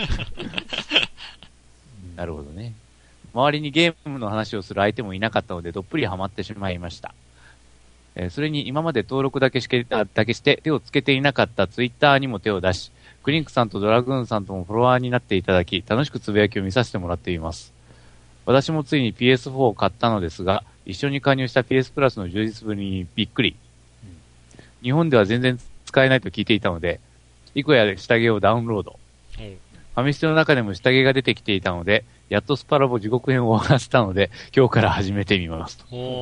なるほどね。周りにゲームの話をする相手もいなかったのでどっぷりハマってしまいました。それに今まで登録だけして手をつけていなかったツイッターにも手を出し、クリンクさんとドラグーンさんともフォロワーになっていただき、楽しくつぶやきを見させてもらっています。私もついに PS4 を買ったのですが、一緒に加入した PS プラスの充実ぶりにびっくり。日本では全然使えないと聞いていたので、イコヤで下着をダウンロード。ファミステの中でも下着が出てきていたので、やっとスパラボ地獄編を終わらせたので、今日から始めてみますと。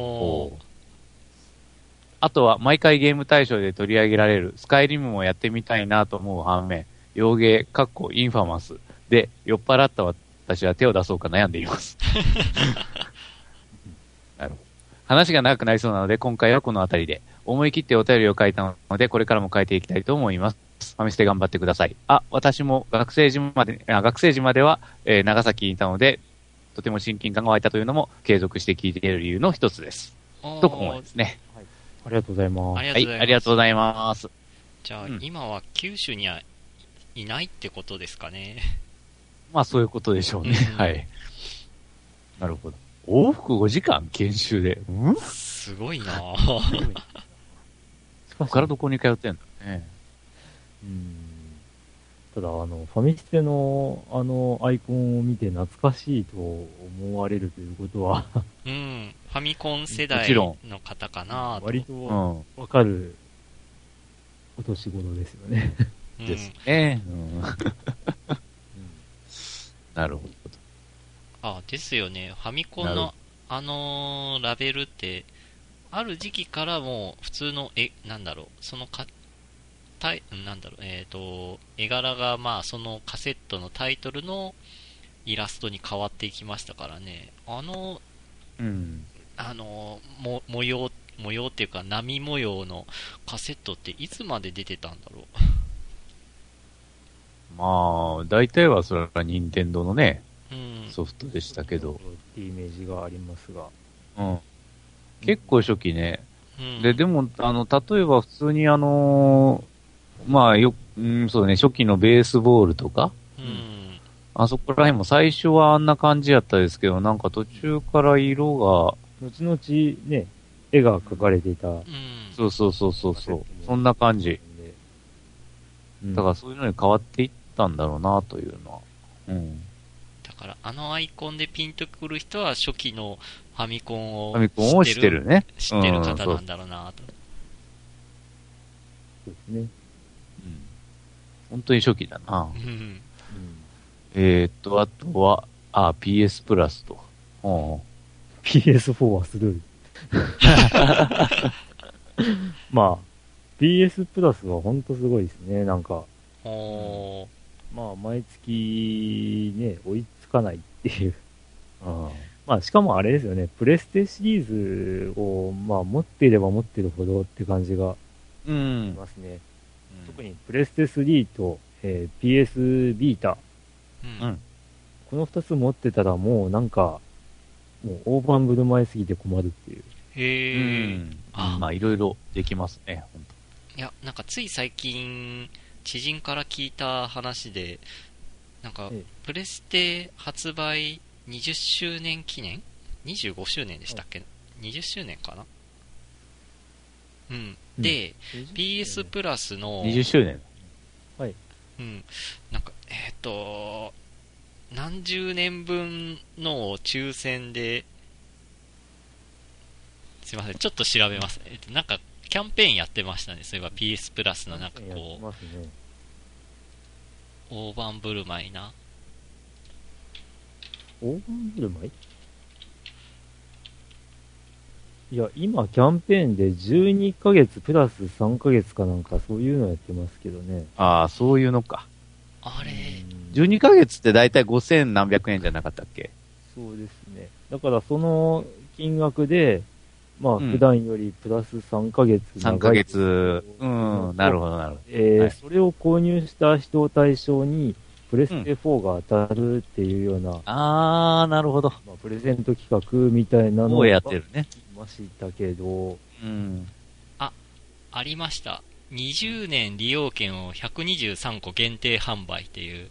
あとは毎回ゲーム大賞で取り上げられるスカイリムもやってみたいなと思う反面、洋芸、インファマスで酔っ払った私は手を出そうか悩んでいます。なるほど。話が長くなりそうなので今回はこの辺りで思い切ってお便りを書いたのでこれからも書いていきたいと思います。ファミステ頑張ってください。私も学生時までは、長崎にいたのでとても親近感が湧いたというのも継続して聞いている理由の一つです。とここですね。 ありがとうございます。 はい、ありがとうございます。 じゃあ、今は九州にはいないってことですかね。 まあ、そういうことでしょうね。はい。なるほど。往復5時間研修で。 すごいなぁ。 そこからどこに通ってんだね。 ただ、ファミステの、アイコンを見て懐かしいと思われるということはファミコン世代の方かなと。 割とわかるお年頃ですよね。 ですね。なるほど。ですよね。ファミコンのラベルって、ある時期からもう普通のその絵柄がそのカセットのタイトルのイラストに変わっていきましたからね。模様っていうか波模様のカセットっていつまで出てたんだろう。まあ、大体はそれは任天堂のね、ソフトでしたけど。 っていうイメージがありますが。 結構初期ね。でも、例えば普通にそうね、初期のベースボールとか、あそこら辺も最初はあんな感じやったですけど、なんか途中から色が、 後々ね、絵が描かれていた。 そう。そんな感じ。だからそういうのに変わっていったんだろうな、というのは。 だからアイコンでピンとくる人は初期のファミコンを知ってるね。 知ってる方なんだろうな、と。 そうですね。 本当に初期だな。あとは、PS プラスと。 PS4 はスルー。まあ、PS プラスは本当すごいですね、なんか。まあ、毎月ね、追いつかないっていう。 まあ、しかもあれですよね、プレステシリーズを、まあ、持っていれば持っているほどって感じがしますね。特にプレステ3と、PS ビータ。 うん。 この2つ持ってたらもうなんか、もう大盤振る舞いすぎて困るっていう。 へえ。 まあ、いろいろできますね、本当。いや、なんかつい最近、知人から聞いた話で、なんか、プレステ発売20周年記念 ?25 周年でしたっけ、20周年かな。うん。で、PS プラスの、 20周年。 はい。 うん。なんか、何十年分の抽選で、すいません、ちょっと調べます。なんか、キャンペーンやってましたね。そういえば PS プラスのなんかこう、大盤振る舞いな。 大盤振る舞い？いや、今キャンペーンで12ヶ月プラス3ヶ月かなんかそういうのやってますけどね。 ああ、そういうのか。 あれ ?12 ヶ月ってだいたい5000何百円じゃなかったっけ？ そうですね。だからその金額で、まあ普段よりプラス3ヶ月長い。 3ヶ月。なるほどなるほど。はい、それを購入した人を対象に、プレステ4が当たるっていうような。 ああ、なるほど。 まあ、プレゼント企画みたいなのをやってるね。 ましたけど。 ありました。20年利用券を123個限定販売っていう。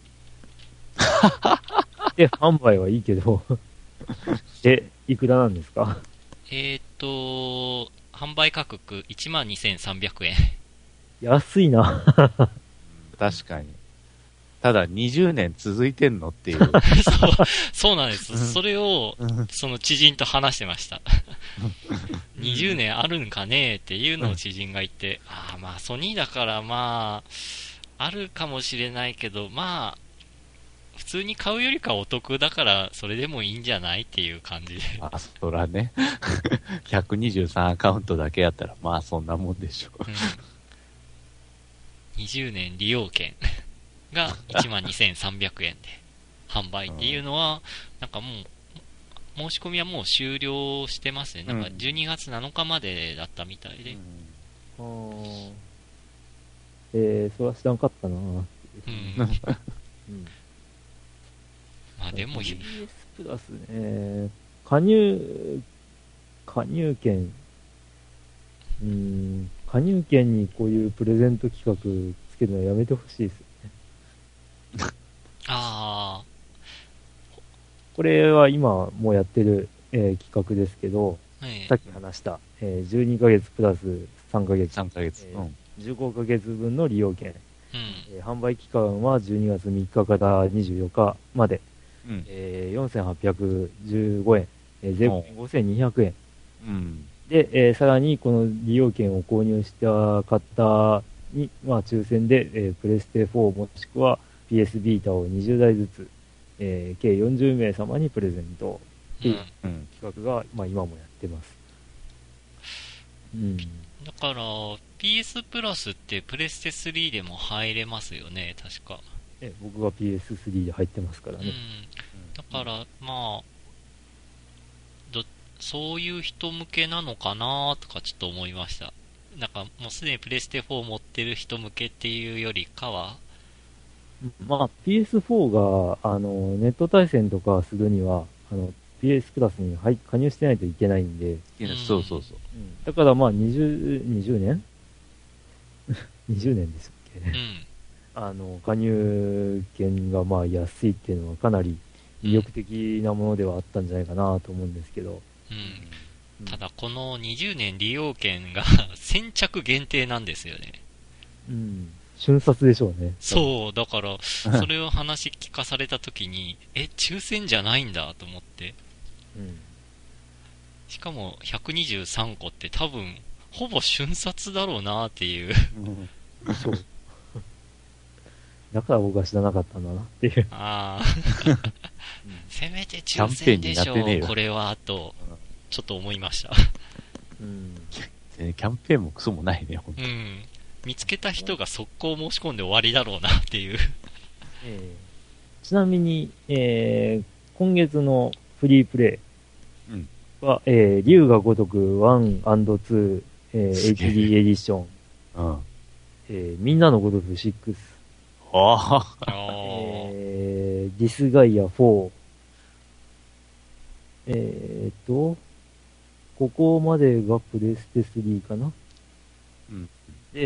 で、販売はいいけど。いくらなんですか？ 販売価格12,300円。 安いな。 確かに。ただ20年続いてんのっていう。 そうなんです。それを、その知人と話してました。20年あるんかねっていうのを知人が言って、まあソニーだからまあ、あるかもしれないけど、まあ、普通に買うよりかお得だから、それでもいいんじゃないっていう感じで。 そらね。123アカウントだけやったら、まあそんなもんでしょう。 20年利用券が12,300円で販売っていうのは、なんかもう、申し込みはもう終了してますね。なんか12月7日までだったみたいで。 それは知らんかったな。 まあでも、 PS プラスね、加入券、加入券にこういうプレゼント企画つけるのはやめてほしいですよね。これは今もうやってる、企画ですけど、さっき話した、12ヶ月プラス3ヶ月。15ヶ月分の利用券。販売期間は12月3日から24日まで。4,815円。税込み5,200円。で、さらにこの利用券を購入した方に、まあ、抽選で、プレステ4もしくは PS ビータを20台ずつ、計40名様にプレゼントっていう企画が、まあ、今もやってます。 だから PS プラスってプレステ3でも入れますよね、確か。 僕が PS3 で入ってますからね。 だからまあそういう人向けなのかなとかちょっと思いました。なんかもうすでにプレステ4持ってる人向けっていうよりかは、 まあ PS4 がネット対戦とかするにはPS プラスに加入してないといけないんで。 そう。 だからまあ20年20年ですっけね。加入券がまあ安いっていうのはかなり魅力的なものではあったんじゃないかなと思うんですけど。 ただこの20年利用券が先着限定なんですよね。 瞬殺でしょうね。 そう、だから、それを話聞かされたときに、抽選じゃないんだと思って。しかも、123個って多分、ほぼ瞬殺だろうなっていう。 そう。だから僕は知らなかったんだなっていう。 せめて抽選でしょう、これは、と、ちょっと思いました。 キャンペーンもクソもないね、本当に。 見つけた人が速攻申し込んで終わりだろうなっていう。 ちなみに、今月のフリープレうん。 イは、竜が如く 1&2、HD エディション、 うん。 みんなの如く6、 ああ。 あディスガイア4、ここまでがプレステ3かな。 うん。 で、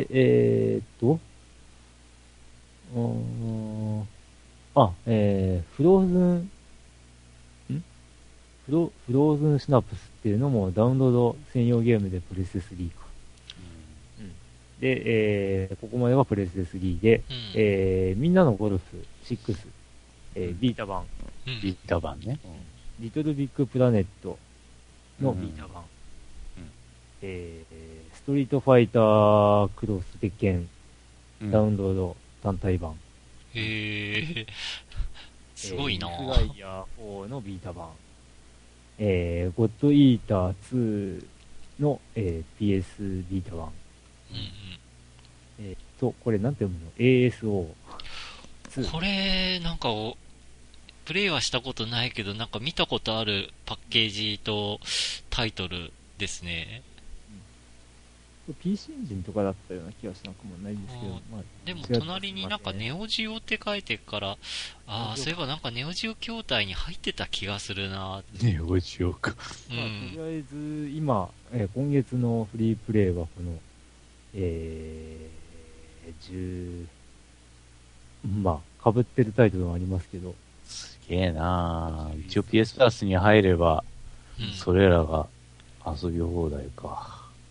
うーんフローズン、フローズンシナプスっていうのもダウンロード専用ゲームでプレステ3か。で、ここまでがプレステ3で、みんなのゴルフ6、ビータ版、 ビータ版ね。 リトルビッグプラネットのビータ版、ストリートファイタークロス鉄拳、ダウンロード単体版。 へえ。すごいなフライヤー4のビータ版。ゴッドイーター2の、PS ビータ版。これなんて読むの ?ASO2。 これ、なんかプレイはしたことないけど、なんか見たことあるパッケージとタイトルですね。 PC エンジンとかだったような気がしなくもないんですけど、 でも隣になんかネオジオって書いてから、そういえばなんかネオジオ筐体に入ってた気がするな。 ネオジオか。 とりあえず今、今月のフリープレイはこの、被ってるタイトルもありますけど。 すげえなぁ。一応 PS プラスに入れば、それらが遊び放題か。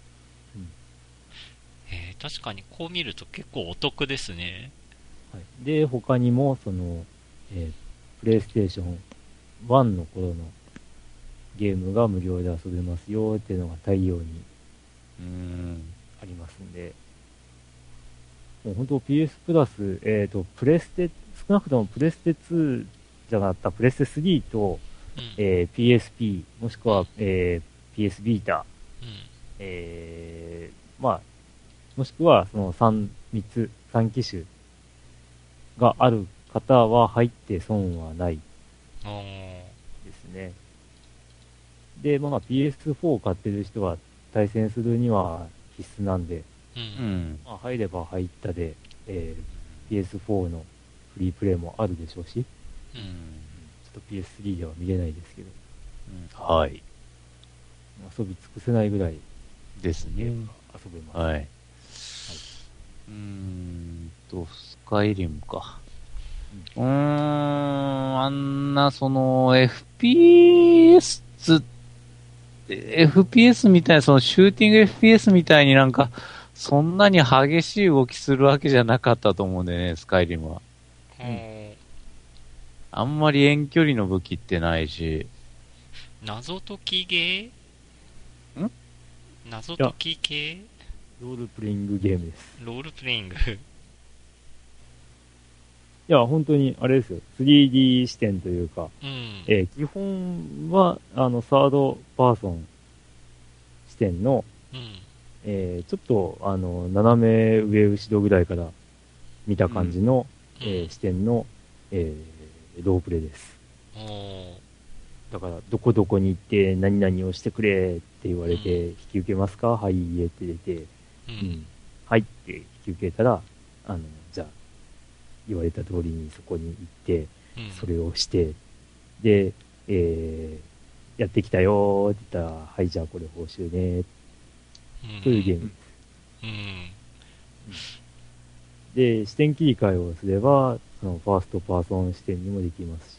確かにこう見ると結構お得ですね。 はい、で、他にも、プレイステーション1の頃のゲームが無料で遊べますよっていうのが対応にありますんで、もう本当 PS プラス、プレステ、少なくともプレステ2じゃなかったプレステ3と、PSP、もしくは、PS ビータ、もしくはその3機種がある方は入って損はないですね。で、PS4 買ってる人は対戦するには必須なんで、入れば入ったで、PS4 のフリープレイもあるでしょうし、ちょっと PS3 では見れないですけど、 はい。 遊び尽くせないぐらいですね。 遊べます。 はい。スカイリムか。あんな、FPS みたいな、シューティング FPS みたいになんか、そんなに激しい動きするわけじゃなかったと思うんでね、スカイリムは。あんまり遠距離の武器ってないし。 謎解きゲー謎解き系ロールプレイングゲームです。 ロールプレイングいや、本当に、あれですよ。3D 視点というか、基本は、サードパーソン視点の、ちょっと、斜め上後ろぐらいから見た感じの、視点の、ロープレイです。だから、どこどこに行って、何々をしてくれって言われて、引き受けますかはい、いえって出て、はいって引き受けたら、じゃあ、言われた通りにそこに行って、それをして、で、やってきたよーって言ったら、はい、じゃあこれ報酬ね、というゲームです。で、視点切り替えをすれば、そのファーストパーソン視点にもできますし、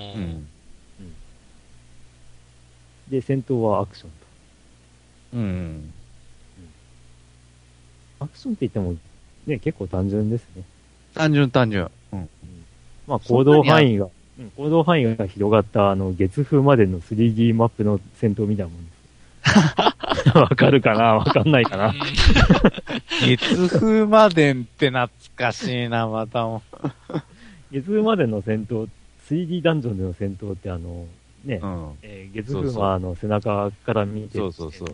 で、戦闘はアクションと。アクションって言っても、ね、結構単純ですね。 単純。 行動範囲が広がった、月風までの 3D マップの戦闘みたいなもんです。わかるかなわかんないかな月風までって懐かしいな、またも。 月風までの戦闘、3D ダンジョンでの戦闘って月風は背中から見て、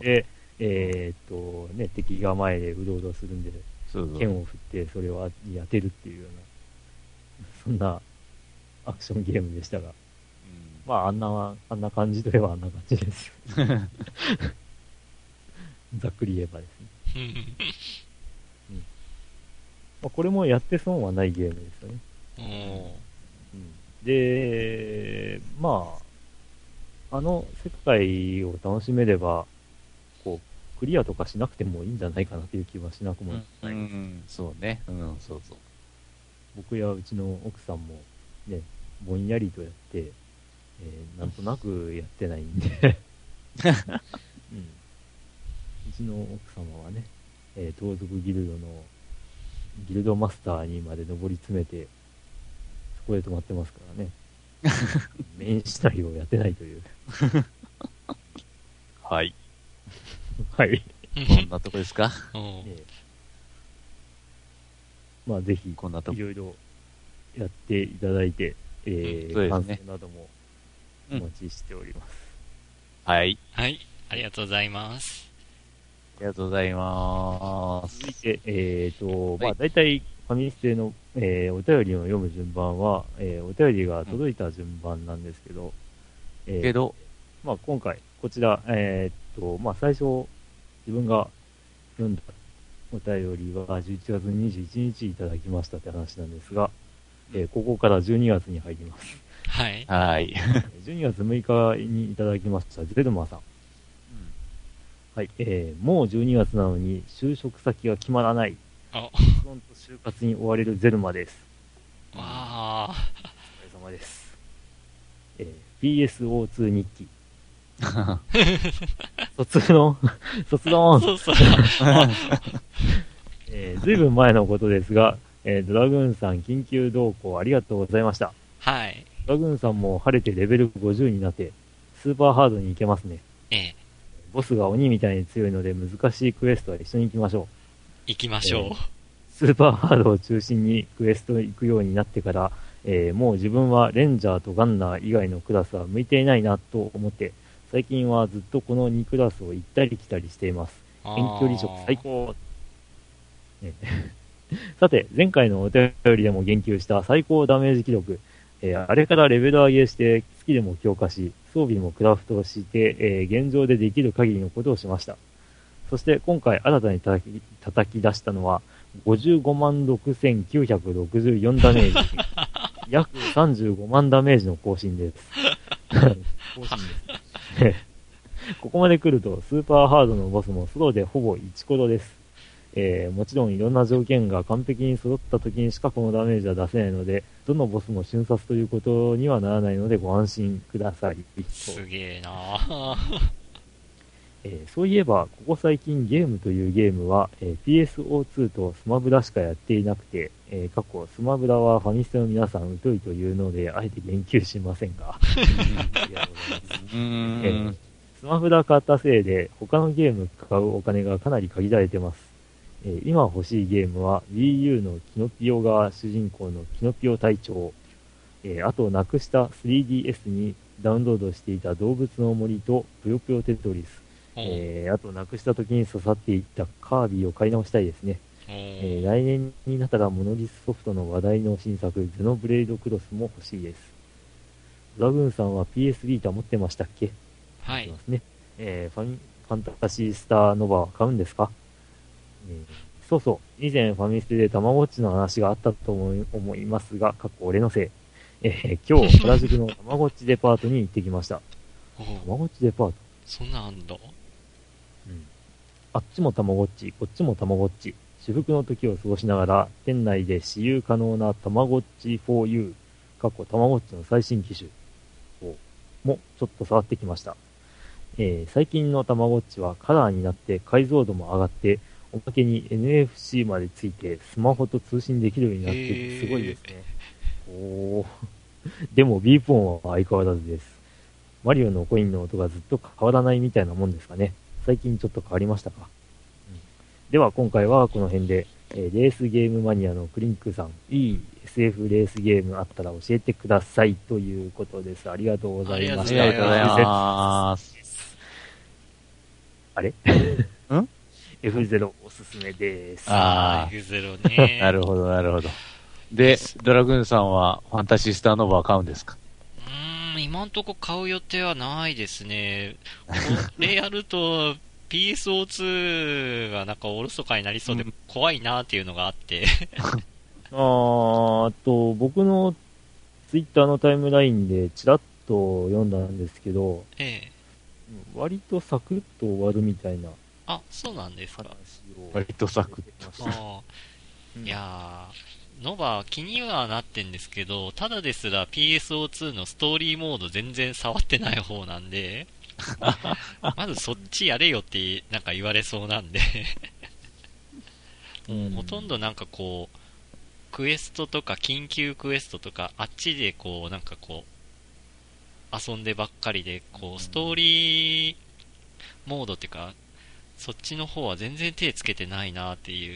敵が前でうろうろするんで、剣を振ってそれを当てるっていうような、そんなアクションゲームでしたが、 まあ、あんな感じといえばあんな感じです。ざっくり言えばですね。うん。まあ、これもやって損はないゲームですよね。うん。で、まあ、あの世界を楽しめれば、こう、クリアとかしなくてもいいんじゃないかなという気はしなくもない。 そうね。そうそう。 僕やうちの奥さんも、ね、ぼんやりとやって、なんとなくやってないんで、うん。うちの奥様はね、盗賊ギルドの、ギルドマスターにまで上り詰めて、そこで止まってますからね。メインシナリオをやってないという。 はい。 はい。 こんなとこですか。 まあ、ぜひ、 こんなとこいろいろやっていただいて、感想などもお待ちしております。 はい。 はい。ありがとうございます。 ありがとうございます。 続いて、まあ、大体、ファミステの、お便りを読む順番は、お便りが届いた順番なんですけど、まあ、今回、こちら、まあ、最初、自分が読んだお便りは11月21日いただきましたって話なんですが、ここから12月に入ります。 はい。 はい。 12月6日にいただきました、ゼルマさん。はい、もう12月なのに就職先が決まらない。フロント就活に追われるゼルマです。 わあ。 お疲れ様です。PSO2 日記。卒論そうそう。 ずいぶん前のことですが、ドラグーンさん緊急同行ありがとうございました。 はい。 ドラグーンさんも晴れてレベル50になって、スーパーハードに行けますね。ボスが鬼みたいに強いので難しいクエストは一緒に行きましょう。 行きましょう。 スーパーハードを中心にクエスト行くようになってから、もう自分はレンジャーとガンナー以外のクラスは向いていないなと思って、最近はずっとこの2クラスを行ったり来たりしています。遠距離職最高。さて、前回のお便りでも言及した最高ダメージ記録、あれからレベル上げして、スキルも強化し、装備もクラフトして、現状でできる限りのことをしました。そして今回新たに叩き出したのは、556,964 ダメージ。約35万ダメージの更新です。更新です。ここまで来ると、スーパーハードのボスもソロでほぼ1コロです。もちろんいろんな条件が完璧に揃った時にしかこのダメージは出せないので、どのボスも瞬殺ということにはならないのでご安心ください。 すげえなそういえば、ここ最近ゲームというゲームは、PSO2 とスマブラしかやっていなくて、過去スマブラはファミステの皆さん疎いというので、あえて言及しませんが。ありがとうございます。スマブラ買ったせいで、他のゲーム買うお金がかなり限られてます。今欲しいゲームは Wii U のキノピオが主人公のキノピオ隊長、あとなくした 3DS にダウンロードしていた動物の森とぷよぷよテトリス、あとなくした時に刺さっていったカービィを買い直したいですね。来年になったらモノリスソフトの話題の新作ゼノブレイドクロスも欲しいです。ドラグーンさんは PS ビータ持ってましたっけ？ はい。 ますね。ファンタシースターノバは買うんですか？そうそう。以前ファミステでたまごっちの話があったと思いますが、過去俺のせい。今日、原宿のたまごっちデパートに行ってきました。たまごっちデパート？ そんなんあんだ。 あっちもたまごっち、こっちもたまごっち。至福の時を過ごしながら、店内で私有可能なたまごっち 4U、過去たまごっちの最新機種もちょっと触ってきました。最近のたまごっちはカラーになって解像度も上がって、おまけに NFC までついてスマホと通信できるようになっててすごいですね。でも B ポンは相変わらずです。マリオのコインの音がずっと変わらないみたいなもんですかね。最近ちょっと変わりましたか。では今回はこの辺で、レースゲームマニアのクリンクさん、いい SF レースゲームあったら教えてくださいということです。ありがとうございました。 ありがとうございます。 あれF0 おすすめです。 F0 ね。 なるほど、なるほど。で、ドラグーンさんはファンタシースターノバー買うんですか？ 今んとこ買う予定はないですね。これやると PSO2 がなんかおろそかになりそうで怖いなっていうのがあって。 僕のツイッターのタイムラインでちらっと読んだんですけど、割とサクッと終わるみたいな。 あ、そうなんですか。 割とサクッと。 いやー、ノバ気にはなってんですけど、ただですら PSO2 のストーリーモード全然触ってない方なんで、まずそっちやれよってなんか言われそうなんでもうほとんどなんかこう、クエストとか緊急クエストとかあっちでこうなんかこう遊んでばっかりで、こうストーリーモードっていうかそっちの方は全然手つけてないなっていう。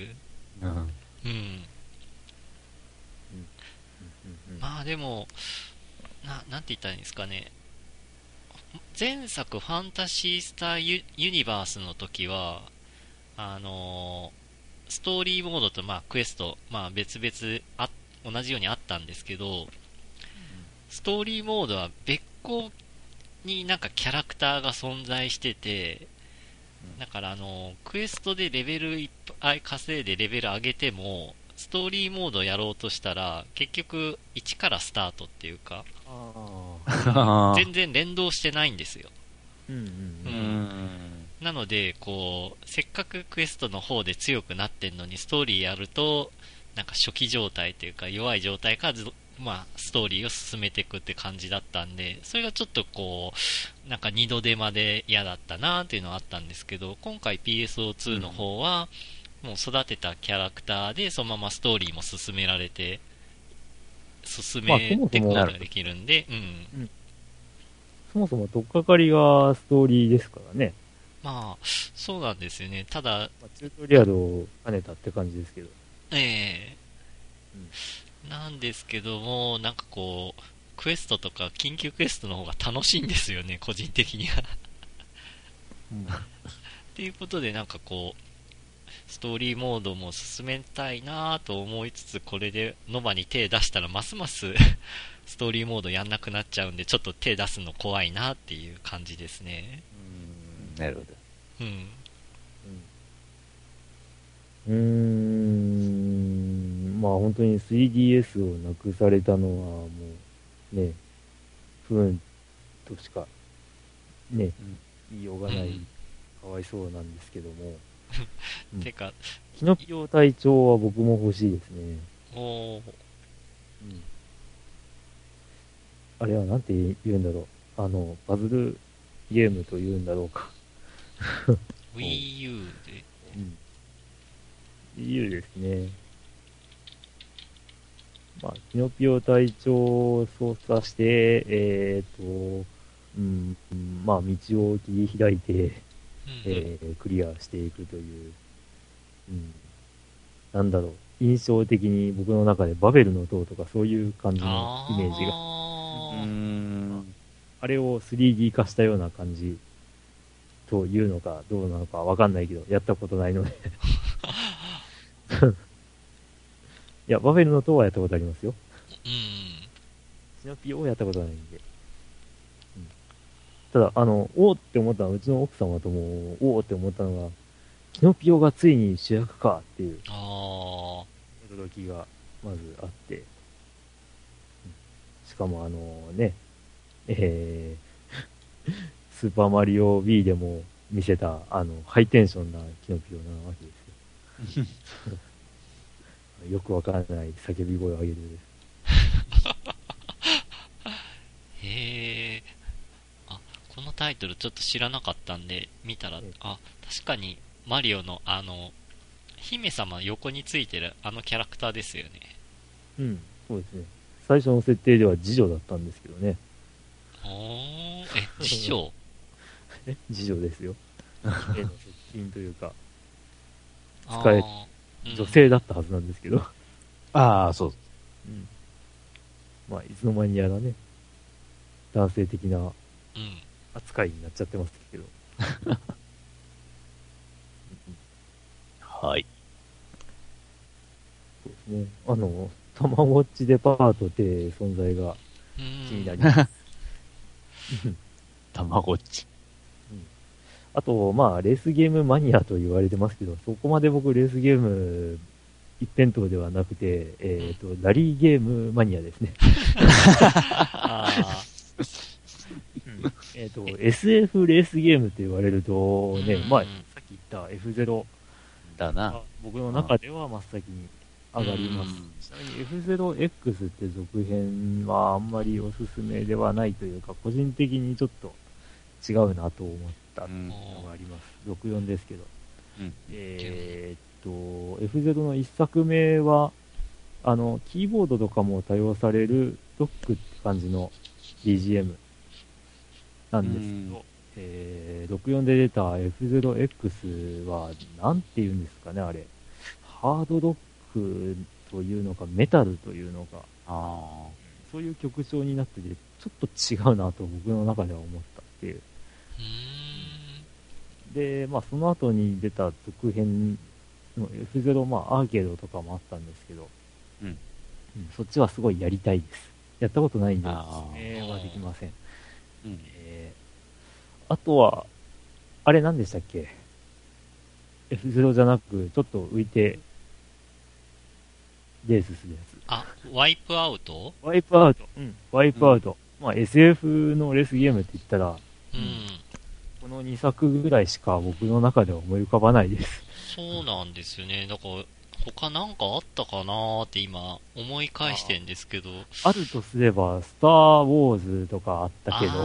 まあでもなんて言ったらいいんですかね。前作ファンタシースターユニバースの時はストーリーモードとクエスト、別々同じようにあったんですけど、ストーリーモードは別個になんかキャラクターが存在してて、だからクエストでレベルいっぱい稼いでレベル上げても、ストーリーモードやろうとしたら結局1からスタートっていうか、全然連動してないんですよ。なのでこうせっかくクエストの方で強くなってんのに、ストーリーやるとなんか初期状態というか弱い状態からストーリーを進めていくって感じだったんで、それがちょっとこうなんか二度手間で嫌だったなっていうのはあったんですけど、今回 PSO2 の方はもう育てたキャラクターでそのままストーリーも進められて進めていくことができるんで、 そもそも取っかかりがストーリーですからね。 そうなんですよね。ただ、 チュートリアルを兼ねたって感じですけど。 なんですけども、なんかこう、クエストとか緊急クエストの方が楽しいんですよね、個人的には。っていうことで、なんかこう、ストーリーモードも進めたいなと思いつつ、これでノバに手出したらますますストーリーモードやんなくなっちゃうんで、ちょっと手出すの怖いなっていう感じですね。 なるほど。 本当に 3DS をなくされたのはもうね、不運としかね、言いようがない、かわいそうなんですけども。 てか、 キノピオ隊長は僕も欲しいですね。あれはなんて言うんだろう。パズルゲームと言うんだろうか。 Wii U で。 Wii U ですね。キノピオ隊長を操作して、道を切り開いて、クリアしていくという、なんだろう。印象的に僕の中でバベルの塔とかそういう感じのイメージが。あれを 3D 化したような感じというのかどうなのかわかんないけど、やったことないので。いや、バベルの塔はやったことありますよ。シノピオをやったことないんで。ただ、おーって思ったのは、うちの奥様とも、おーって思ったのが、キノピオがついに主役かっていう、驚きがまずあって、しかもスーパーマリオ Wii でも見せた、ハイテンションなキノピオなわけですよ。よくわからない叫び声を上げる。 へえ。このタイトルちょっと知らなかったんで、見たら、確かにマリオの姫様横についてるキャラクターですよね。 そうですね。最初の設定では次女だったんですけどね。 次女次女ですよ。の側近というか、使え、女性だったはずなんですけど。 そう。 いつの間にやらね、男性的な扱いになっちゃってますけど。 はい。 そうですね。たまごっちデパートって存在が気になります。 たまごっち。 あと、まあ、レースゲームマニアと言われてますけど、そこまで僕レースゲーム一辺倒ではなくて、ラリーゲームマニアですね。 あ SF レースゲームって言われるとね、まあ、さっき言った F0 だな。 が僕の中では真っ先に上がります。ちなみに F0X って続編はあんまりおすすめではないというか、個人的にちょっと違うなと思ったのがあります。64ですけど。F0 の一作目は、キーボードとかも多用されるドックって感じの BGM なんですけど、64で出た F0X は、なんて言うんですかね、あれ。ハードロックというのか、メタルというのか、そういう曲調になってて、ちょっと違うなと僕の中では思ったっていう。で、まあ、その後に出た続編の F0、まあ、アーケードとかもあったんですけど、そっちはすごいやりたいです。やったことないんで、はできません。あとは、あれ何でしたっけ？ F0 じゃなく、ちょっと浮いて、レースするやつ。 ワイプアウト。 ワイプアウト。まあ SF のレースゲームって言ったら、この2作ぐらいしか僕の中では思い浮かばないです。 そうなんですよね。だから、他なんかあったかなーって今思い返してんですけど。 あるとすれば、スター・ウォーズとかあったけど。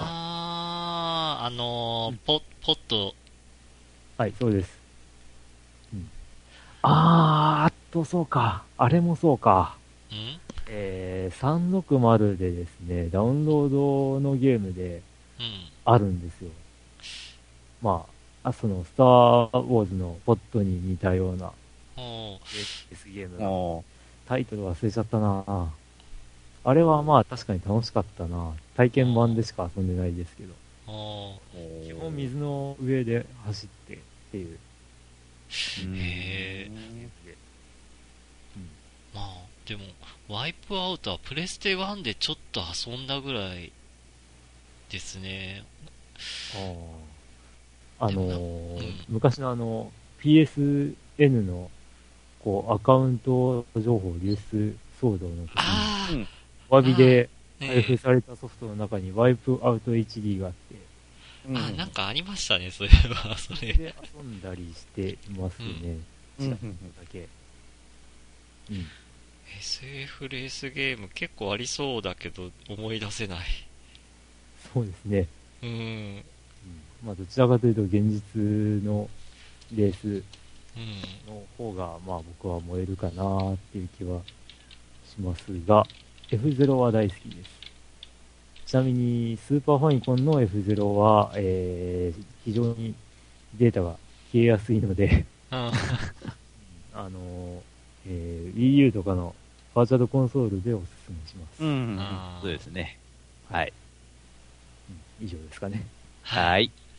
ポット。 はい、そうです。そうか。あれもそうか。360でですね、ダウンロードのゲームで、あるんですよ。まあ、その、スター・ウォーズのポットに似たような、S ゲームが。タイトル忘れちゃったな。あれはまあ確かに楽しかったな。体験版でしか遊んでないですけど。基本水の上で走ってっていう。 まあ、でも、ワイプアウトはプレステ1でちょっと遊んだぐらいですね。 昔のPSN のアカウント情報流出騒動の時に、お詫びで配布されたソフトの中にワイプアウト HD があって、 なんかありましたね、それは。それで遊んだりしていますね。だけ。 SF レースゲーム結構ありそうだけど思い出せない。 そうですね。まあどちらかというと現実のレースの方がまあ僕は燃えるかなっていう気はしますが、F0 は大好きです。ちなみにスーパーファミコンの F0 は、非常にデータが消えやすいのでWii U とかのバーチャルコンソールでおすすめします。 そうですね。はい。 以上ですかね。 はい。